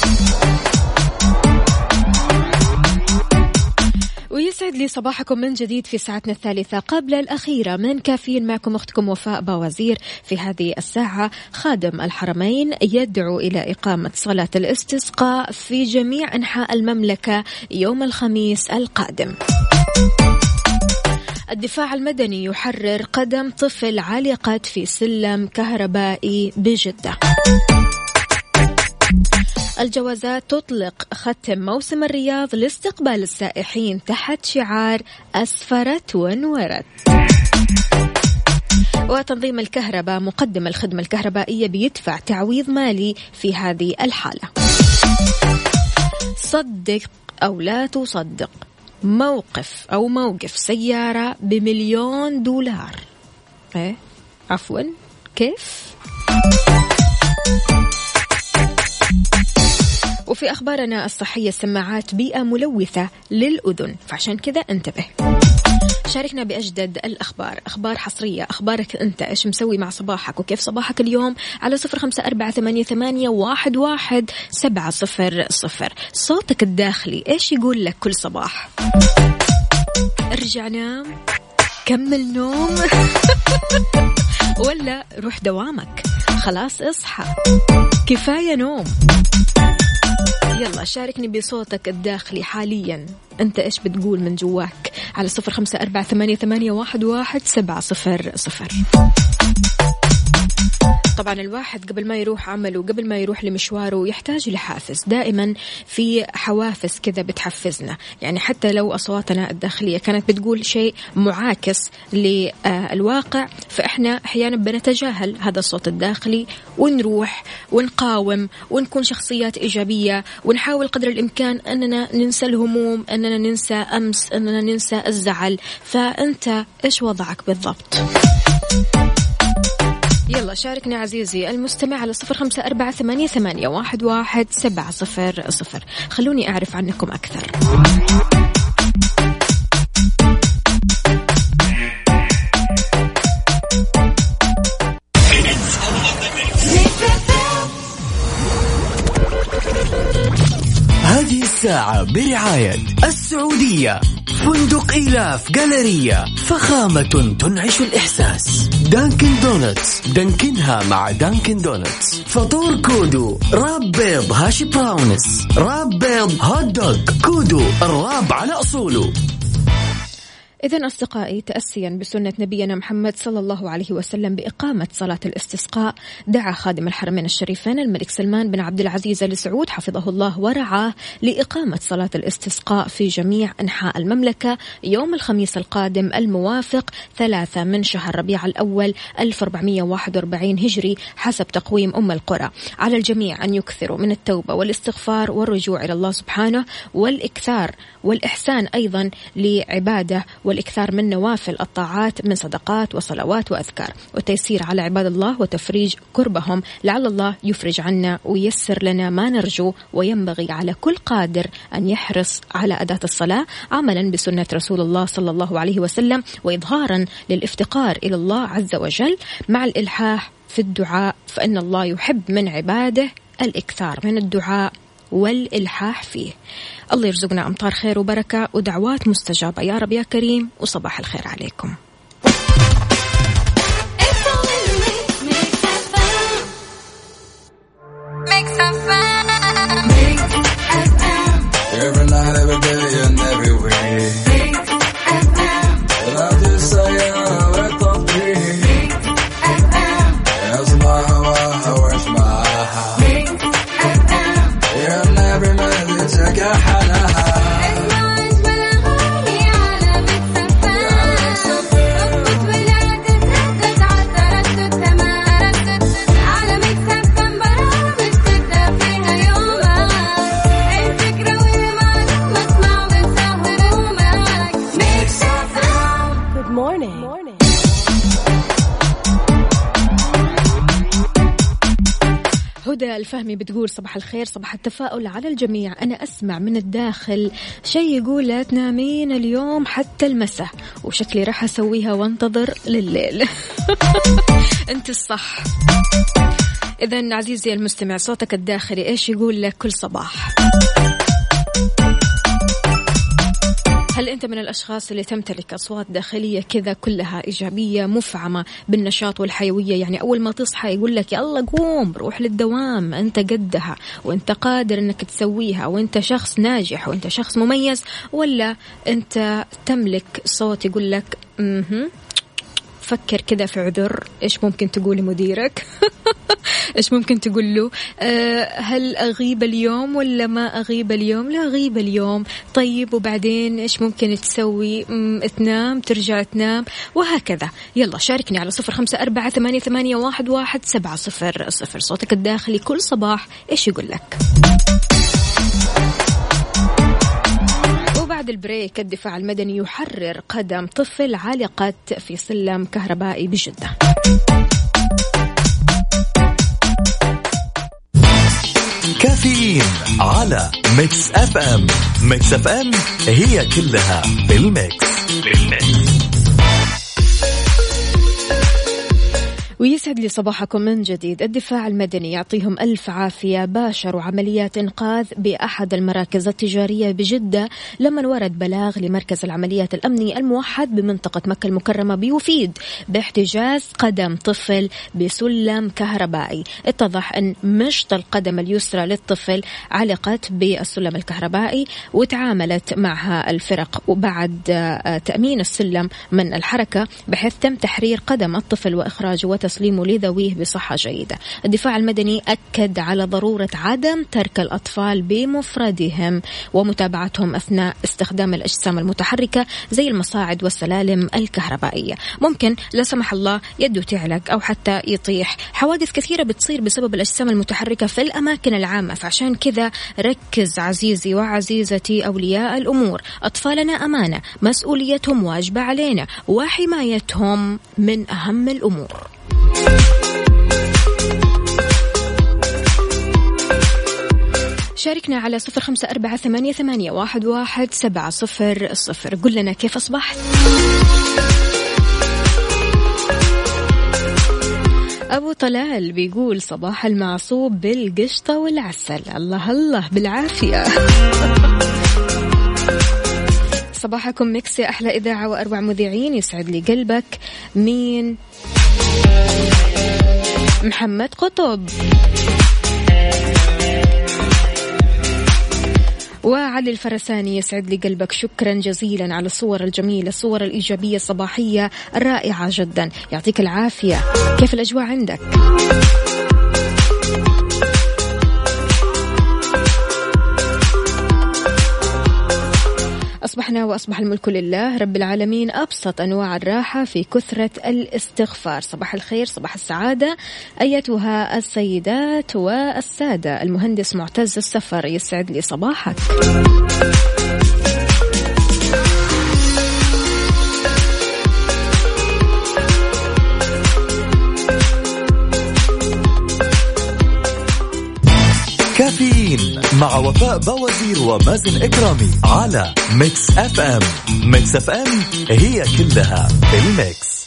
ويسعد لي صباحكم من جديد في ساعتنا الثالثة قبل الأخيرة من كافيين. معكم أختكم وفاء بوزير. في هذه الساعة خادم الحرمين يدعو إلى إقامة صلاة الاستسقاء في جميع أنحاء المملكة يوم الخميس القادم. الدفاع المدني يحرر قدم طفل علقت في سلم كهربائي بجدة. الجوازات تطلق ختم موسم الرياض لاستقبال السائحين تحت شعار أسفرت ونورت. وتنظيم الكهرباء مقدم الخدمة الكهربائية بيدفع تعويض مالي في هذه الحالة. صدق أو لا تصدق، موقف سيارة ب1,000,000 $. عفوا كيف؟ وفي أخبارنا الصحية، السماعات بيئة ملوثة للأذن، فعشان كذا انتبه. شاركنا بأجدد الأخبار، أخبار حصرية، أخبارك أنت إيش مسوي مع صباحك وكيف صباحك اليوم على 0548811700. صوتك الداخلي إيش يقول لك كل صباح؟ ارجع نام، كمل نوم ولا روح دوامك، خلاص اصحى، كفاية نوم. يلا شاركني بصوتك الداخلي حاليا، أنت إيش بتقول من جواك على 0548811700. طبعا الواحد قبل ما يروح عمله وقبل ما يروح لمشواره يحتاج لحافز. دائما في حوافز كذا بتحفزنا، يعني حتى لو أصواتنا الداخلية كانت بتقول شيء معاكس للواقع، فإحنا أحيانا بنتجاهل هذا الصوت الداخلي ونروح ونقاوم ونكون شخصيات إيجابية، ونحاول قدر الإمكان أننا ننسى الهموم، أننا ننسى أمس، أننا ننسى الزعل. فأنت إيش وضعك بالضبط؟ يلا شاركنا عزيزي المستمع على 0548811700. خلوني أعرف عنكم أكثر. هذه الساعة برعاية السعودية، فندق إيلاف جالرية، فخامة تنعش الإحساس، دانكن دونتس، دانكنها مع دانكن دونتس، فطور كودو، راب بيض هاشي براونس، راب بيض هوت دوغ، كودو الراب على أصوله. إذن أصدقائي، تأسيا بسنة نبينا محمد صلى الله عليه وسلم بإقامة صلاة الاستسقاء، دعا خادم الحرمين الشريفين الملك سلمان بن عبد العزيز آل سعود حفظه الله ورعاه لإقامة صلاة الاستسقاء في جميع أنحاء المملكة يوم الخميس القادم الموافق 3 من شهر ربيع الأول 1441 هجري حسب تقويم أم القرى. على الجميع أن يكثروا من التوبة والاستغفار والرجوع إلى الله سبحانه، والإكثار والإحسان أيضا لعبادة، والإكثار من نوافل الطاعات من صدقات وصلوات وأذكار، والتيسير على عباد الله وتفريج كربهم، لعل الله يفرج عنا ويسر لنا ما نرجو. وينبغي على كل قادر أن يحرص على أداة الصلاة عملا بسنة رسول الله صلى الله عليه وسلم، وإظهارا للافتقار إلى الله عز وجل مع الإلحاح في الدعاء، فإن الله يحب من عباده الإكثار من الدعاء والإلحاح فيه. الله يرزقنا أمطار خير وبركة ودعوات مستجابة يا رب يا كريم، وصباح الخير عليكم. Every night, every day and every way. Without this I am اسمعها واسمعها يا النبي ما زدتك حلاها. هدى الفهمي بتقول صباح الخير، صباح التفاؤل على الجميع. أنا أسمع من الداخل شيء يقول لا تنامين اليوم حتى المساء، وشكلي راح أسويها وانتظر لليل. أنت الصح. إذن عزيزي المستمع، صوتك الداخلي إيش يقول لك كل صباح؟ هل أنت من الأشخاص اللي تمتلك أصوات داخلية كذا كلها إيجابية مفعمة بالنشاط والحيوية؟ يعني أول ما تصحى يقول لك يلا قوم روح للدوام، أنت قدها وأنت قادر أنك تسويها وأنت شخص ناجح وأنت شخص مميز؟ ولا أنت تملك صوت يقول لك فكر كذا في عذر، إيش ممكن تقول لمديرك؟ إيش ممكن تقول له؟ هل أغيب اليوم ولا ما أغيب اليوم؟ لا أغيب اليوم. طيب وبعدين إيش ممكن تسوي؟ تنام، ترجع تنام، وهكذا. يلا شاركني على 0548811700. صوتك الداخلي كل صباح إيش يقول لك؟ بعد البريك، الدفاع المدني يحرر قدم طفل علقت في سلم كهربائي بجدة. كافيين على ميكس اف ام. ميكس اف ام هي كلها بالميكس. ويسعد لي صباحكم من جديد. الدفاع المدني يعطيهم ألف عافية، باشروا عمليات إنقاذ بأحد المراكز التجارية بجدة لما ورد بلاغ لمركز العمليات الأمني الموحد بمنطقة مكة المكرمة بيفيد باحتجاز قدم طفل بسلم كهربائي. اتضح أن مشط القدم اليسرى للطفل علقت بالسلم الكهربائي، وتعاملت معها الفرق وبعد تأمين السلم من الحركة، بحيث تم تحرير قدم الطفل وإخراجه وتسليمه وتسليمه لذويه بصحة جيدة. الدفاع المدني أكد على ضرورة عدم ترك الأطفال بمفردهم ومتابعتهم أثناء استخدام الأجسام المتحركة زي المصاعد والسلالم الكهربائية. ممكن لا سمح الله يده تعلق أو حتى يطيح. حوادث كثيرة بتصير بسبب الأجسام المتحركة في الأماكن العامة، فعشان كذا ركز عزيزي وعزيزتي أولياء الأمور، أطفالنا أمانة، مسؤوليتهم واجبة علينا وحمايتهم من أهم الأمور. شاركنا على 0548811700. قل لنا كيف أصبحت. أبو طلال بيقول صباح المعصوب بالقشطة والعسل. الله الله بالعافية. صباحكم ميكس يا أحلى إذاعة وأروع مذيعين، يسعد لي قلبك. مين؟ محمد قطب وعلي الفرساني، يسعد لي قلبك. شكرا جزيلا على الصور الجميلة، الصور الإيجابية الصباحية الرائعة جدا، يعطيك العافية. كيف الأجواء عندك؟ أصبحنا وأصبح الملك لله رب العالمين. أبسط أنواع الراحة في كثرة الاستغفار. صباح الخير، صباح السعادة أيتها السيدات والسادة. المهندس معتز السفر، يسعد لي صباحك. كافيين مع وفاء بوازير ومازن إكرامي على ميكس اف ام. ميكس اف ام هي كلها الميكس.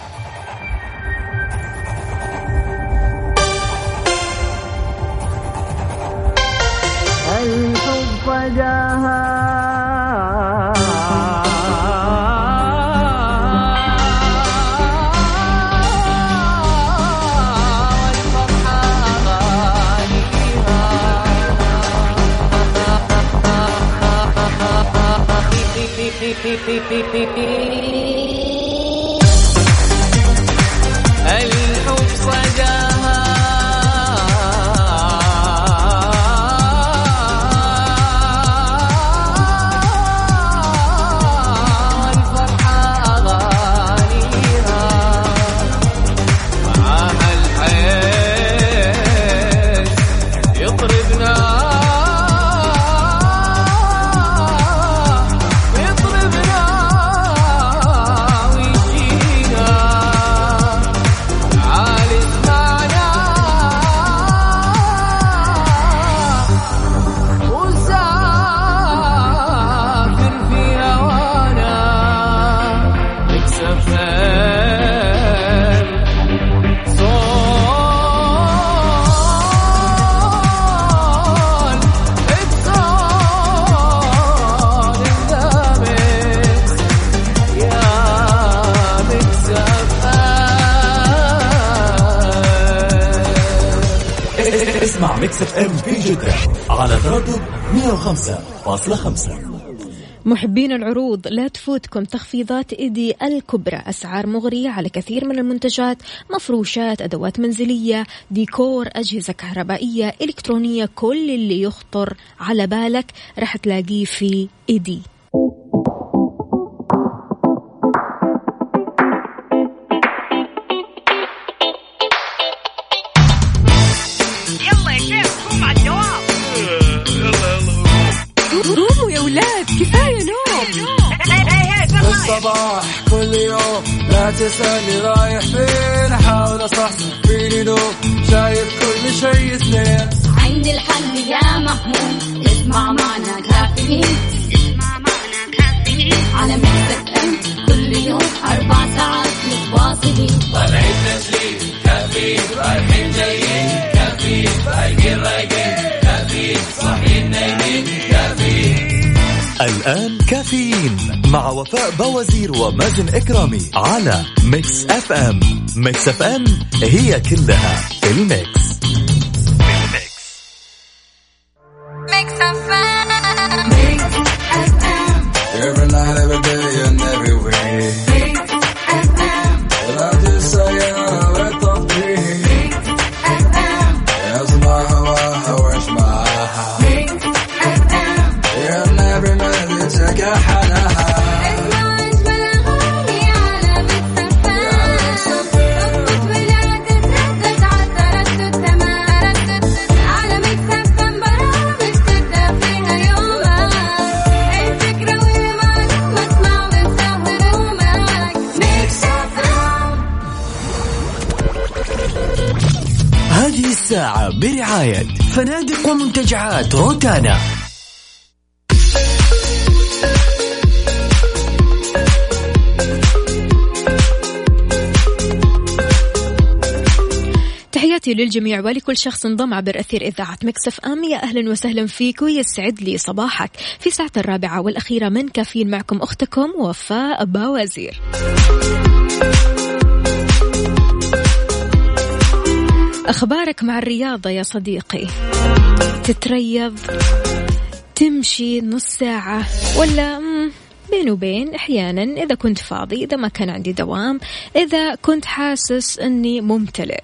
الحب جاها الحب صداها والفرحة غانيها معاها الحياة يطربنا ميكس اف ام في جدة على تردد 105.5. محبين العروض لا تفوتكم تخفيضات إيدي الكبرى، أسعار مغرية على كثير من المنتجات، مفروشات، أدوات منزلية، ديكور، أجهزة كهربائية، إلكترونية، كل اللي يخطر على بالك رح تلاقيه في إيدي. قوموا يا ولاد، كفاية نوم. الصباح كل يوم لا تسألني رايح فين، أحاول أصحصح فيني نوم، شايف كل شيء سنين. عندي الحل يا محمود، اسمع معنا كافيين، اسمع معنا كافيين على ميكس اف ام كل يوم 4 ساعات متواصلين. طالعين تسليم كافيين، رايحين جايين كافيين، فايقين رايقين كافيين، صاحيين نايمين كافيين. الآن كافيين مع وفاء بوازير ومازن إكرامي على ميكس اف ام. ميكس اف ام هي كلها الميكس. ميكس اف ام Every night, every day and every way. Mix FM. تلقى حلاها. هذه الساعة برعاية فنادق ومنتجعات روتانا. تحياتي للجميع ولكل شخص انضم عبر أثير إذاعة ميكس اف ام. يا أهلا وسهلا فيك ويسعد لي صباحك في ساعة الرابعة والأخيرة من كافيين. معكم أختكم وفاء باوزير. أخبارك مع الرياضة يا صديقي؟ تتريض، تمشي نص ساعة، ولا بين وبين أحيانا إذا كنت فاضي، إذا ما كان عندي دوام، إذا كنت حاسس أني ممتلئ.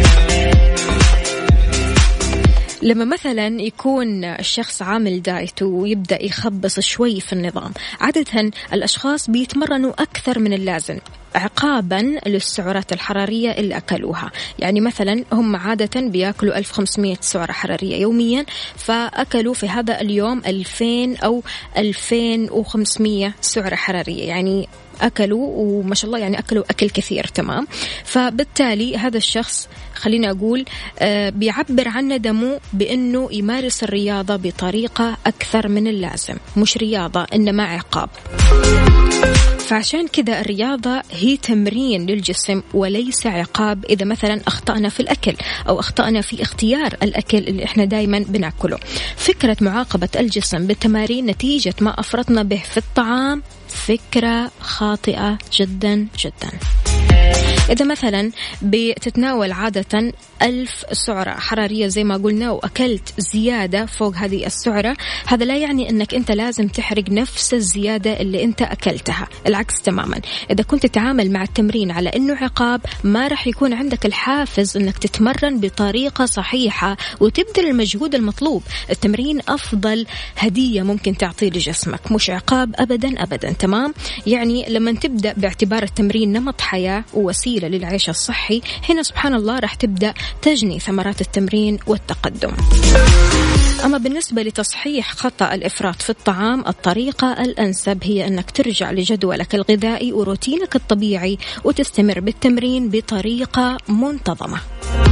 لما مثلا يكون الشخص عامل دايت ويبدأ يخبص شوي في النظام، عادة الأشخاص بيتمرنوا أكثر من اللازم عقابا للسعرات الحرارية اللي أكلوها. يعني مثلا هم عادة بيأكلوا 1500 سعرة حرارية يوميا، فأكلوا في هذا اليوم 2000 أو 2500 سعرة حرارية، يعني أكلوا وما شاء الله يعني أكلوا أكل كثير. تمام. فبالتالي هذا الشخص خلينا أقول بيعبر عن ندمه بأنه يمارس الرياضة بطريقة أكثر من اللازم، مش رياضة إنما عقاب. فعشان كذا الرياضة هي تمرين للجسم وليس عقاب إذا مثلا أخطأنا في الأكل أو أخطأنا في اختيار الأكل اللي إحنا دايما بنأكله. فكرة معاقبة الجسم بالتمارين نتيجة ما أفرطنا به في الطعام فكرة خاطئة جدا جدا. إذا مثلا بتتناول عادة 1000 سعرة حرارية زي ما قلنا وأكلت زيادة فوق هذه السعرة، هذا لا يعني أنك أنت لازم تحرق نفس الزيادة اللي أنت أكلتها. العكس تماما. إذا كنت تتعامل مع التمرين على أنه عقاب، ما رح يكون عندك الحافز أنك تتمرن بطريقة صحيحة وتبذل المجهود المطلوب. التمرين أفضل هدية ممكن تعطيه لجسمك، مش عقاب أبدا أبدا. تمام. يعني لما تبدأ باعتبار التمرين نمط حياة ووسيلة للعيش الصحي، هنا سبحان الله رح تبدأ تجني ثمرات التمرين والتقدم. أما بالنسبة لتصحيح خطأ الإفراط في الطعام، الطريقة الأنسب هي أنك ترجع لجدولك الغذائي وروتينك الطبيعي وتستمر بالتمرين بطريقة منتظمة.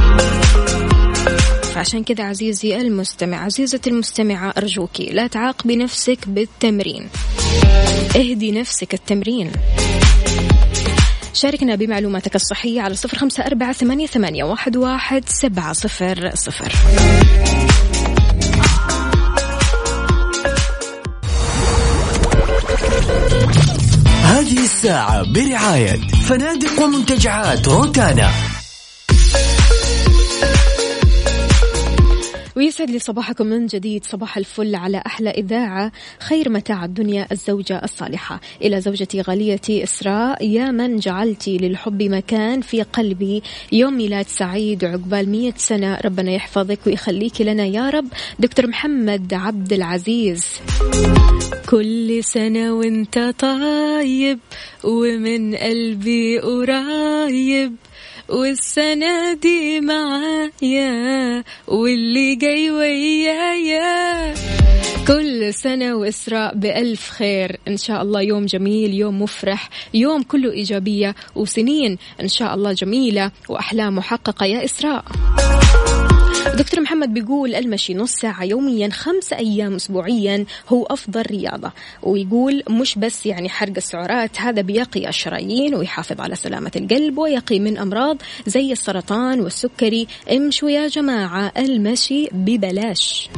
فعشان كذا عزيزي المستمع، عزيزتي المستمعة، أرجوكي لا تعاقبي نفسك بالتمرين، اهدي نفسك التمرين. شاركنا بمعلوماتك الصحية على 0548811700. هذه الساعة برعاية فنادق ومنتجعات روتانا. ويسعد لي صباحكم من جديد. صباح الفل على أحلى إذاعة. خير متاع الدنيا الزوجة الصالحة. إلى زوجتي غاليتي إسراء، يا من جعلتي للحب مكان في قلبي، يوم ميلاد سعيد وعقبال 100 سنة، ربنا يحفظك ويخليك لنا يا رب. دكتور محمد عبد العزيز. كل سنة وانت طيب ومن قلبي قريب، والسنة دي معايا واللي جاي ويايا. كل سنة وإسراء بألف خير إن شاء الله. يوم جميل، يوم مفرح، يوم كله إيجابية، وسنين إن شاء الله جميلة وأحلام محققة يا إسراء. دكتور محمد بيقول المشي نص ساعة يوميا 5 أيام أسبوعيا هو أفضل رياضة، ويقول مش بس يعني حرق السعرات، هذا بيقي الشرايين ويحافظ على سلامة القلب ويقي من أمراض زي السرطان والسكري. امشوا يا جماعة، المشي ببلاش.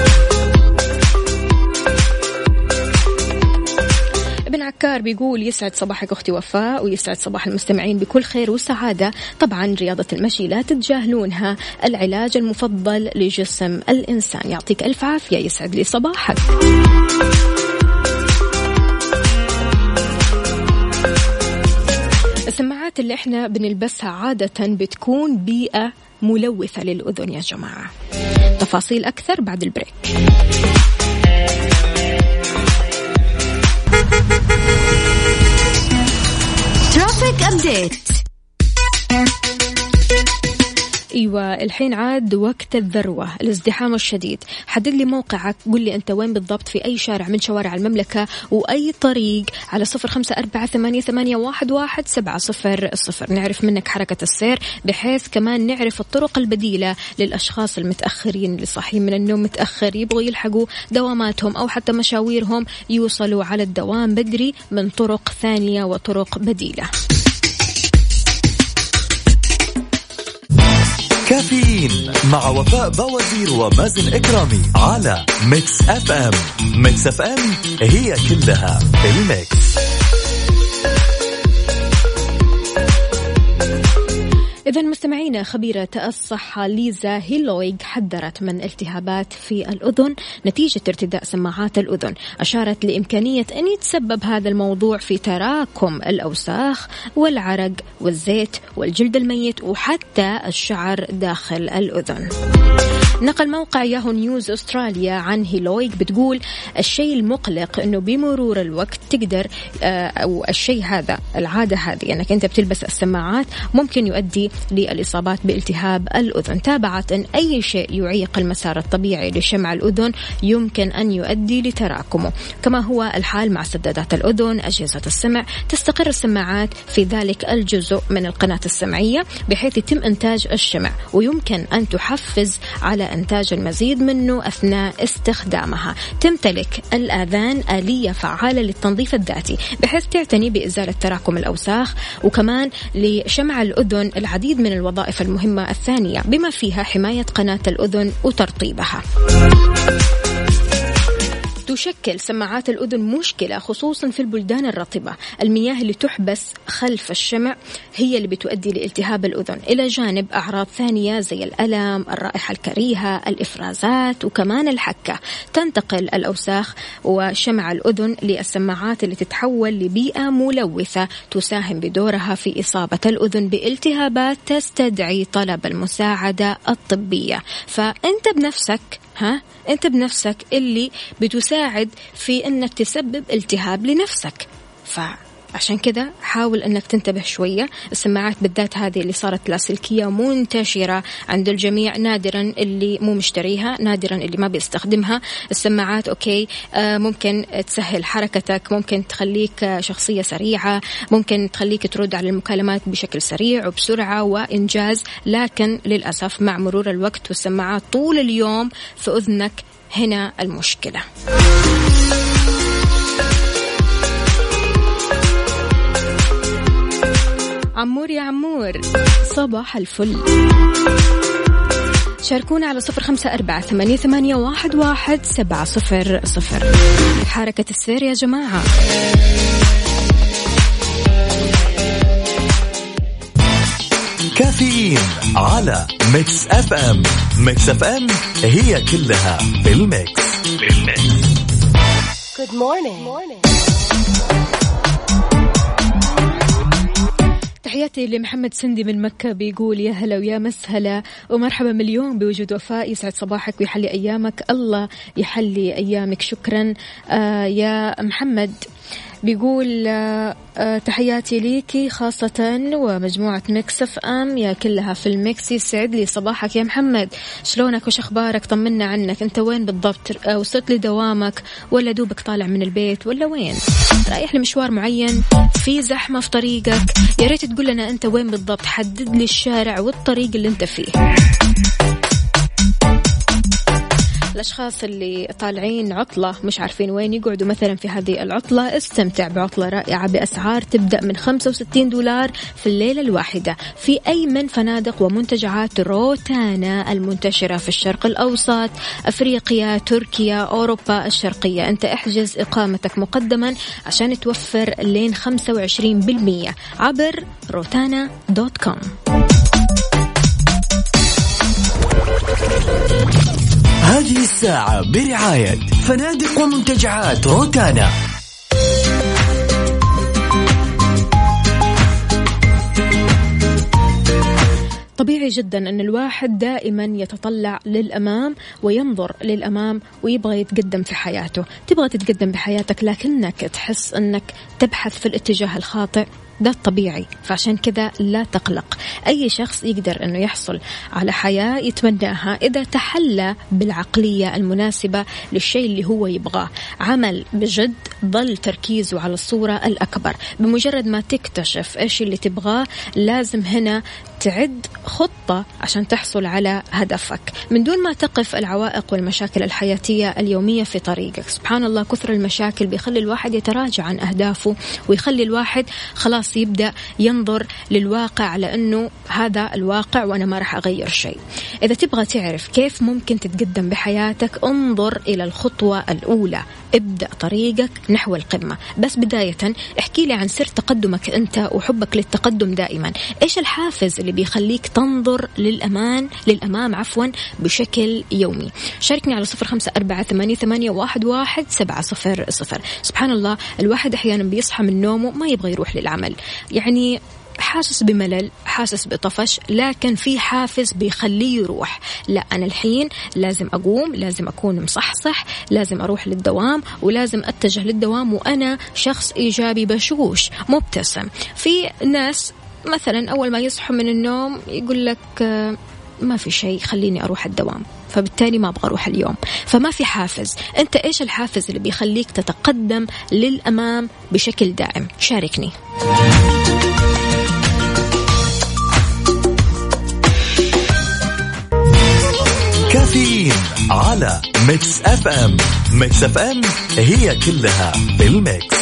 ابن عكار بيقول يسعد صباحك أختي وفاء ويسعد صباح المستمعين بكل خير وسعادة. طبعا رياضة المشي لا تتجاهلونها، العلاج المفضل لجسم الإنسان. يعطيك ألف عافية، يسعد لي صباحك. السماعات اللي احنا بنلبسها عادة بتكون بيئة ملوثة للأذن يا جماعة. تفاصيل أكثر بعد البريك. ايوه الحين عاد وقت الذروة، الازدحام الشديد. حدد لي موقعك، قل لي انت وين بالضبط في اي شارع من شوارع المملكة واي طريق على 0548811700. نعرف منك حركة السير، بحيث كمان نعرف الطرق البديلة للاشخاص المتأخرين اللي صاحيين من النوم متأخر يبغوا يلحقوا دواماتهم او حتى مشاويرهم، يوصلوا على الدوام بدري من طرق ثانية وطرق بديلة. كافيين مع وفاء بوازير ومازن إكرامي على ميكس اف ام. ميكس اف ام هي كلها الميكس. إذن مستمعينا، خبيرة الصحة ليزا هيلويغ حذرت من التهابات في الأذن نتيجة ارتداء سماعات الأذن. أشارت لإمكانية أن يتسبب هذا الموضوع في تراكم الأوساخ والعرق والزيت والجلد الميت وحتى الشعر داخل الأذن. نقل موقع ياهو نيوز أستراليا عن هيلويغ بتقول الشيء المقلق أنه بمرور الوقت تقدر أو الشيء هذا العادة هذه أنك أنت بتلبس السماعات ممكن يؤدي للإصابات بالتهاب الأذن. تابعت أن أي شيء يعيق المسار الطبيعي لشمع الأذن يمكن أن يؤدي لتراكمه، كما هو الحال مع سدادات الأذن، أجهزة السمع. تستقر السماعات في ذلك الجزء من القناة السمعية بحيث يتم إنتاج الشمع، ويمكن أن تحفز على إنتاج المزيد منه أثناء استخدامها. تمتلك الآذان آلية فعالة للتنظيف الذاتي بحيث تعتني بإزالة تراكم الأوساخ، وكمان لشمع الأذن العديد من الوظائف المهمة الثانية بما فيها حماية قناة الأذن وترطيبها. تشكل سماعات الأذن مشكلة خصوصا في البلدان الرطبة. المياه اللي تحبس خلف الشمع هي اللي بتؤدي لالتهاب الأذن، إلى جانب أعراض ثانية زي الألم، الرائحة الكريهة، الإفرازات وكمان الحكة. تنتقل الأوساخ وشمع الأذن للسماعات اللي تتحول لبيئة ملوثة تساهم بدورها في إصابة الأذن بالتهابات تستدعي طلب المساعدة الطبية. فأنت بنفسك اللي بتساعد في أنك تسبب التهاب لنفسك. فعشان كده حاول أنك تنتبه شوية. السماعات بالذات هذه اللي صارت لاسلكية منتشرة عند الجميع، نادرا اللي مو مشتريها، نادرا اللي ما بيستخدمها. السماعات أوكي ممكن تسهل حركتك، ممكن تخليك شخصية سريعة، ممكن تخليك ترد على المكالمات بشكل سريع وبسرعة وإنجاز، لكن للأسف مع مرور الوقت والسماعات طول اليوم في أذنك هنا المشكلة. عمور يا عمور، صباح الفل. شاركونا على 0548811700. حركة السير يا جماعة. كافيين على ميكس اف ام. ميكس اف ام هي كلها بالميكس. Good morning. تحياتي لمحمد سندي من مكة، بيقول يا هلا ويا مسهلا ومرحبا مليون بوجود وفاء، يسعد صباحك ويحلي أيامك. الله يحلي أيامك. شكرا يا محمد. بيقول تحياتي ليكي خاصة ومجموعة ميكس اف ام يا كلها في الميكس. يسعد لي صباحك يا محمد، شلونك وش أخبارك؟ طمنا عنك، أنت وين بالضبط؟ وصلت لدوامك ولا دوبك طالع من البيت ولا وين؟ رايح لمشوار معين؟ في زحمة في طريقك؟ يا ريت تقول لنا أنت وين بالضبط، حدد لي الشارع والطريق اللي أنت فيه. الأشخاص اللي طالعين عطلة مش عارفين وين يقعدوا مثلا في هذه العطلة، استمتع بعطلة رائعة بأسعار تبدأ من $65 في الليلة الواحدة في أي من فنادق ومنتجعات روتانا المنتشرة في الشرق الأوسط، أفريقيا، تركيا، أوروبا الشرقية. أنت احجز إقامتك مقدما عشان توفر لين 25% عبر rotana.com. هذه الساعة برعاية فنادق ومنتجعات روتانا. طبيعي جدا أن الواحد دائما يتطلع للأمام وينظر للأمام ويبغى يتقدم في حياته. تبغى تتقدم بحياتك لكنك تحس أنك تبحث في الاتجاه الخاطئ، ده الطبيعي. فعشان كذا لا تقلق. أي شخص يقدر أنه يحصل على حياة يتمناها إذا تحلى بالعقلية المناسبة للشيء اللي هو يبغاه، عمل بجد، ضل تركيزه على الصورة الأكبر. بمجرد ما تكتشف إيش اللي تبغاه لازم هنا تعد خطة عشان تحصل على هدفك من دون ما تقف العوائق والمشاكل الحياتية اليومية في طريقك. سبحان الله، كثر المشاكل بيخلي الواحد يتراجع عن أهدافه، ويخلي الواحد خلاص يبدأ ينظر للواقع على أنه هذا الواقع وأنا ما راح أغير شيء. إذا تبغى تعرف كيف ممكن تتقدم بحياتك انظر إلى الخطوة الأولى، ابدأ طريقك نحو القمة. بس بداية احكي لي عن سر تقدمك أنت وحبك للتقدم دائما. إيش الحافز اللي بيخليك تنظر للأمام بشكل يومي؟ شاركني على 0548811700. سبحان الله، الواحد أحيانا بيصحى من نومه ما يبغى يروح للعمل، يعني حاسس بملل، حاسس بطفش، لكن في حافز بيخليه يروح. لا، أنا الحين لازم أقوم، لازم أكون مصحصح، لازم أروح للدوام، ولازم أتجه للدوام وأنا شخص إيجابي بشوش مبتسم. في ناس مثلا أول ما يصحوا من النوم يقول لك ما في شيء، خليني أروح الدوام، فبالتالي ما أبغى أروح اليوم. فما في حافز. أنت إيش الحافز اللي بيخليك تتقدم للأمام بشكل دائم؟ شاركني. كافيين على ميكس اف ام. ميكس اف ام هي كلها بالميكس.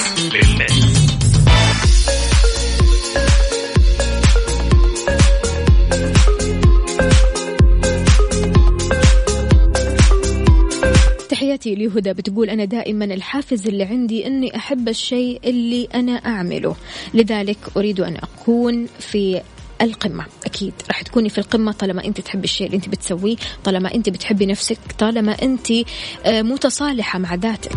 تحياتي لهدى بتقول أنا دائما الحافز اللي عندي أني أحب الشيء اللي أنا أعمله، لذلك أريد أن أكون في القمة. أكيد راح تكوني في القمة طالما أنت تحبي الشيء اللي أنت بتسويه، طالما أنت بتحبي نفسك، طالما أنت متصالحة مع ذاتك.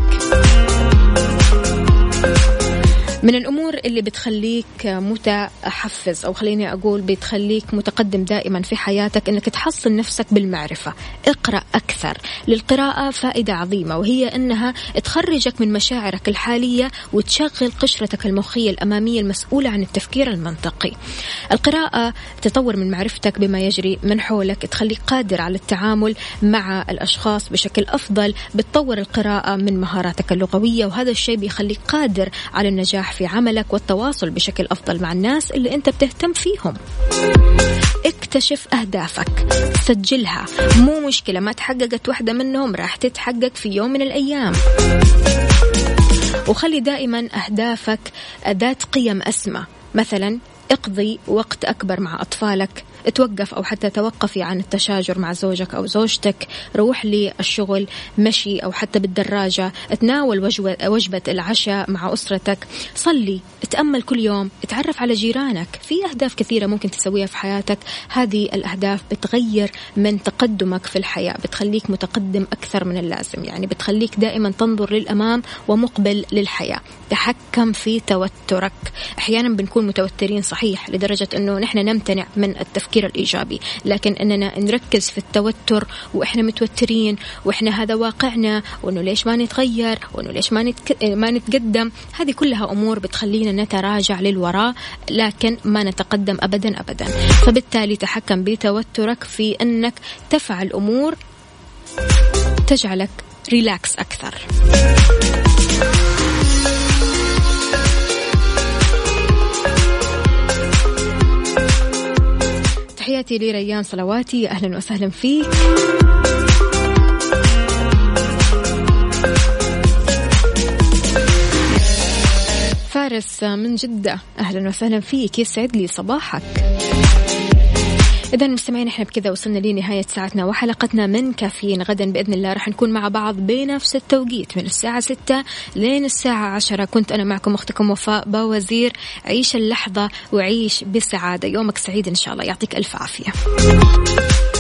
من الأمور اللي بتخليك متحفز، أو خليني أقول بتخليك متقدم دائما في حياتك، أنك تحصل نفسك بالمعرفة. اقرأ أكثر. للقراءة فائدة عظيمة، وهي أنها تخرجك من مشاعرك الحالية وتشغل قشرتك المخية الأمامية المسؤولة عن التفكير المنطقي. القراءة تطور من معرفتك بما يجري من حولك، تخليك قادر على التعامل مع الأشخاص بشكل أفضل. بتطور القراءة من مهاراتك اللغوية، وهذا الشيء بيخليك قادر على النجاح في عملك والتواصل بشكل أفضل مع الناس اللي أنت بتهتم فيهم. اكتشف أهدافك، سجلها. مو مشكلة ما تحققت واحدة منهم، راح تتحقق في يوم من الأيام. وخلي دائما أهدافك ذات قيم أسمى. مثلا اقضي وقت أكبر مع أطفالك، توقف أو حتى توقفي عن التشاجر مع زوجك أو زوجتك، روح للشغل مشي أو حتى بالدراجة، تناول وجبة العشاء مع أسرتك، صلي، تأمل كل يوم، تعرف على جيرانك. في أهداف كثيرة ممكن تسويها في حياتك. هذه الأهداف بتغير من تقدمك في الحياة، بتخليك متقدم أكثر من اللازم، يعني بتخليك دائما تنظر للأمام ومقبل للحياة. تحكم في توترك. أحيانا بنكون متوترين صحيح لدرجة أنه نحن نمتنع من التفكير الإيجابي، لكن أننا نركز في التوتر وإحنا متوترين وإحنا هذا واقعنا، وأنه ليش ما نتغير، وأنه ليش ما نتقدم. هذه كلها أمور بتخلينا نتراجع للوراء، لكن ما نتقدم أبدا أبدا. فبالتالي تحكم بتوترك في أنك تفعل أمور تجعلك ريلاكس أكثر. تحياتي لريان صلواتي، أهلا وسهلا فيك. فارس من جدة، أهلا وسهلا فيك، يسعد لي صباحك. إذا مستمعين، احنا بكذا وصلنا لنهاية ساعتنا وحلقتنا من كافيين. غدا بإذن الله راح نكون مع بعض بنفس التوقيت من الساعة 6 لين الساعة 10. كنت أنا معكم أختكم وفاء باوزير. عيش اللحظة وعيش بسعادة. يومك سعيد إن شاء الله. يعطيك ألف عافية.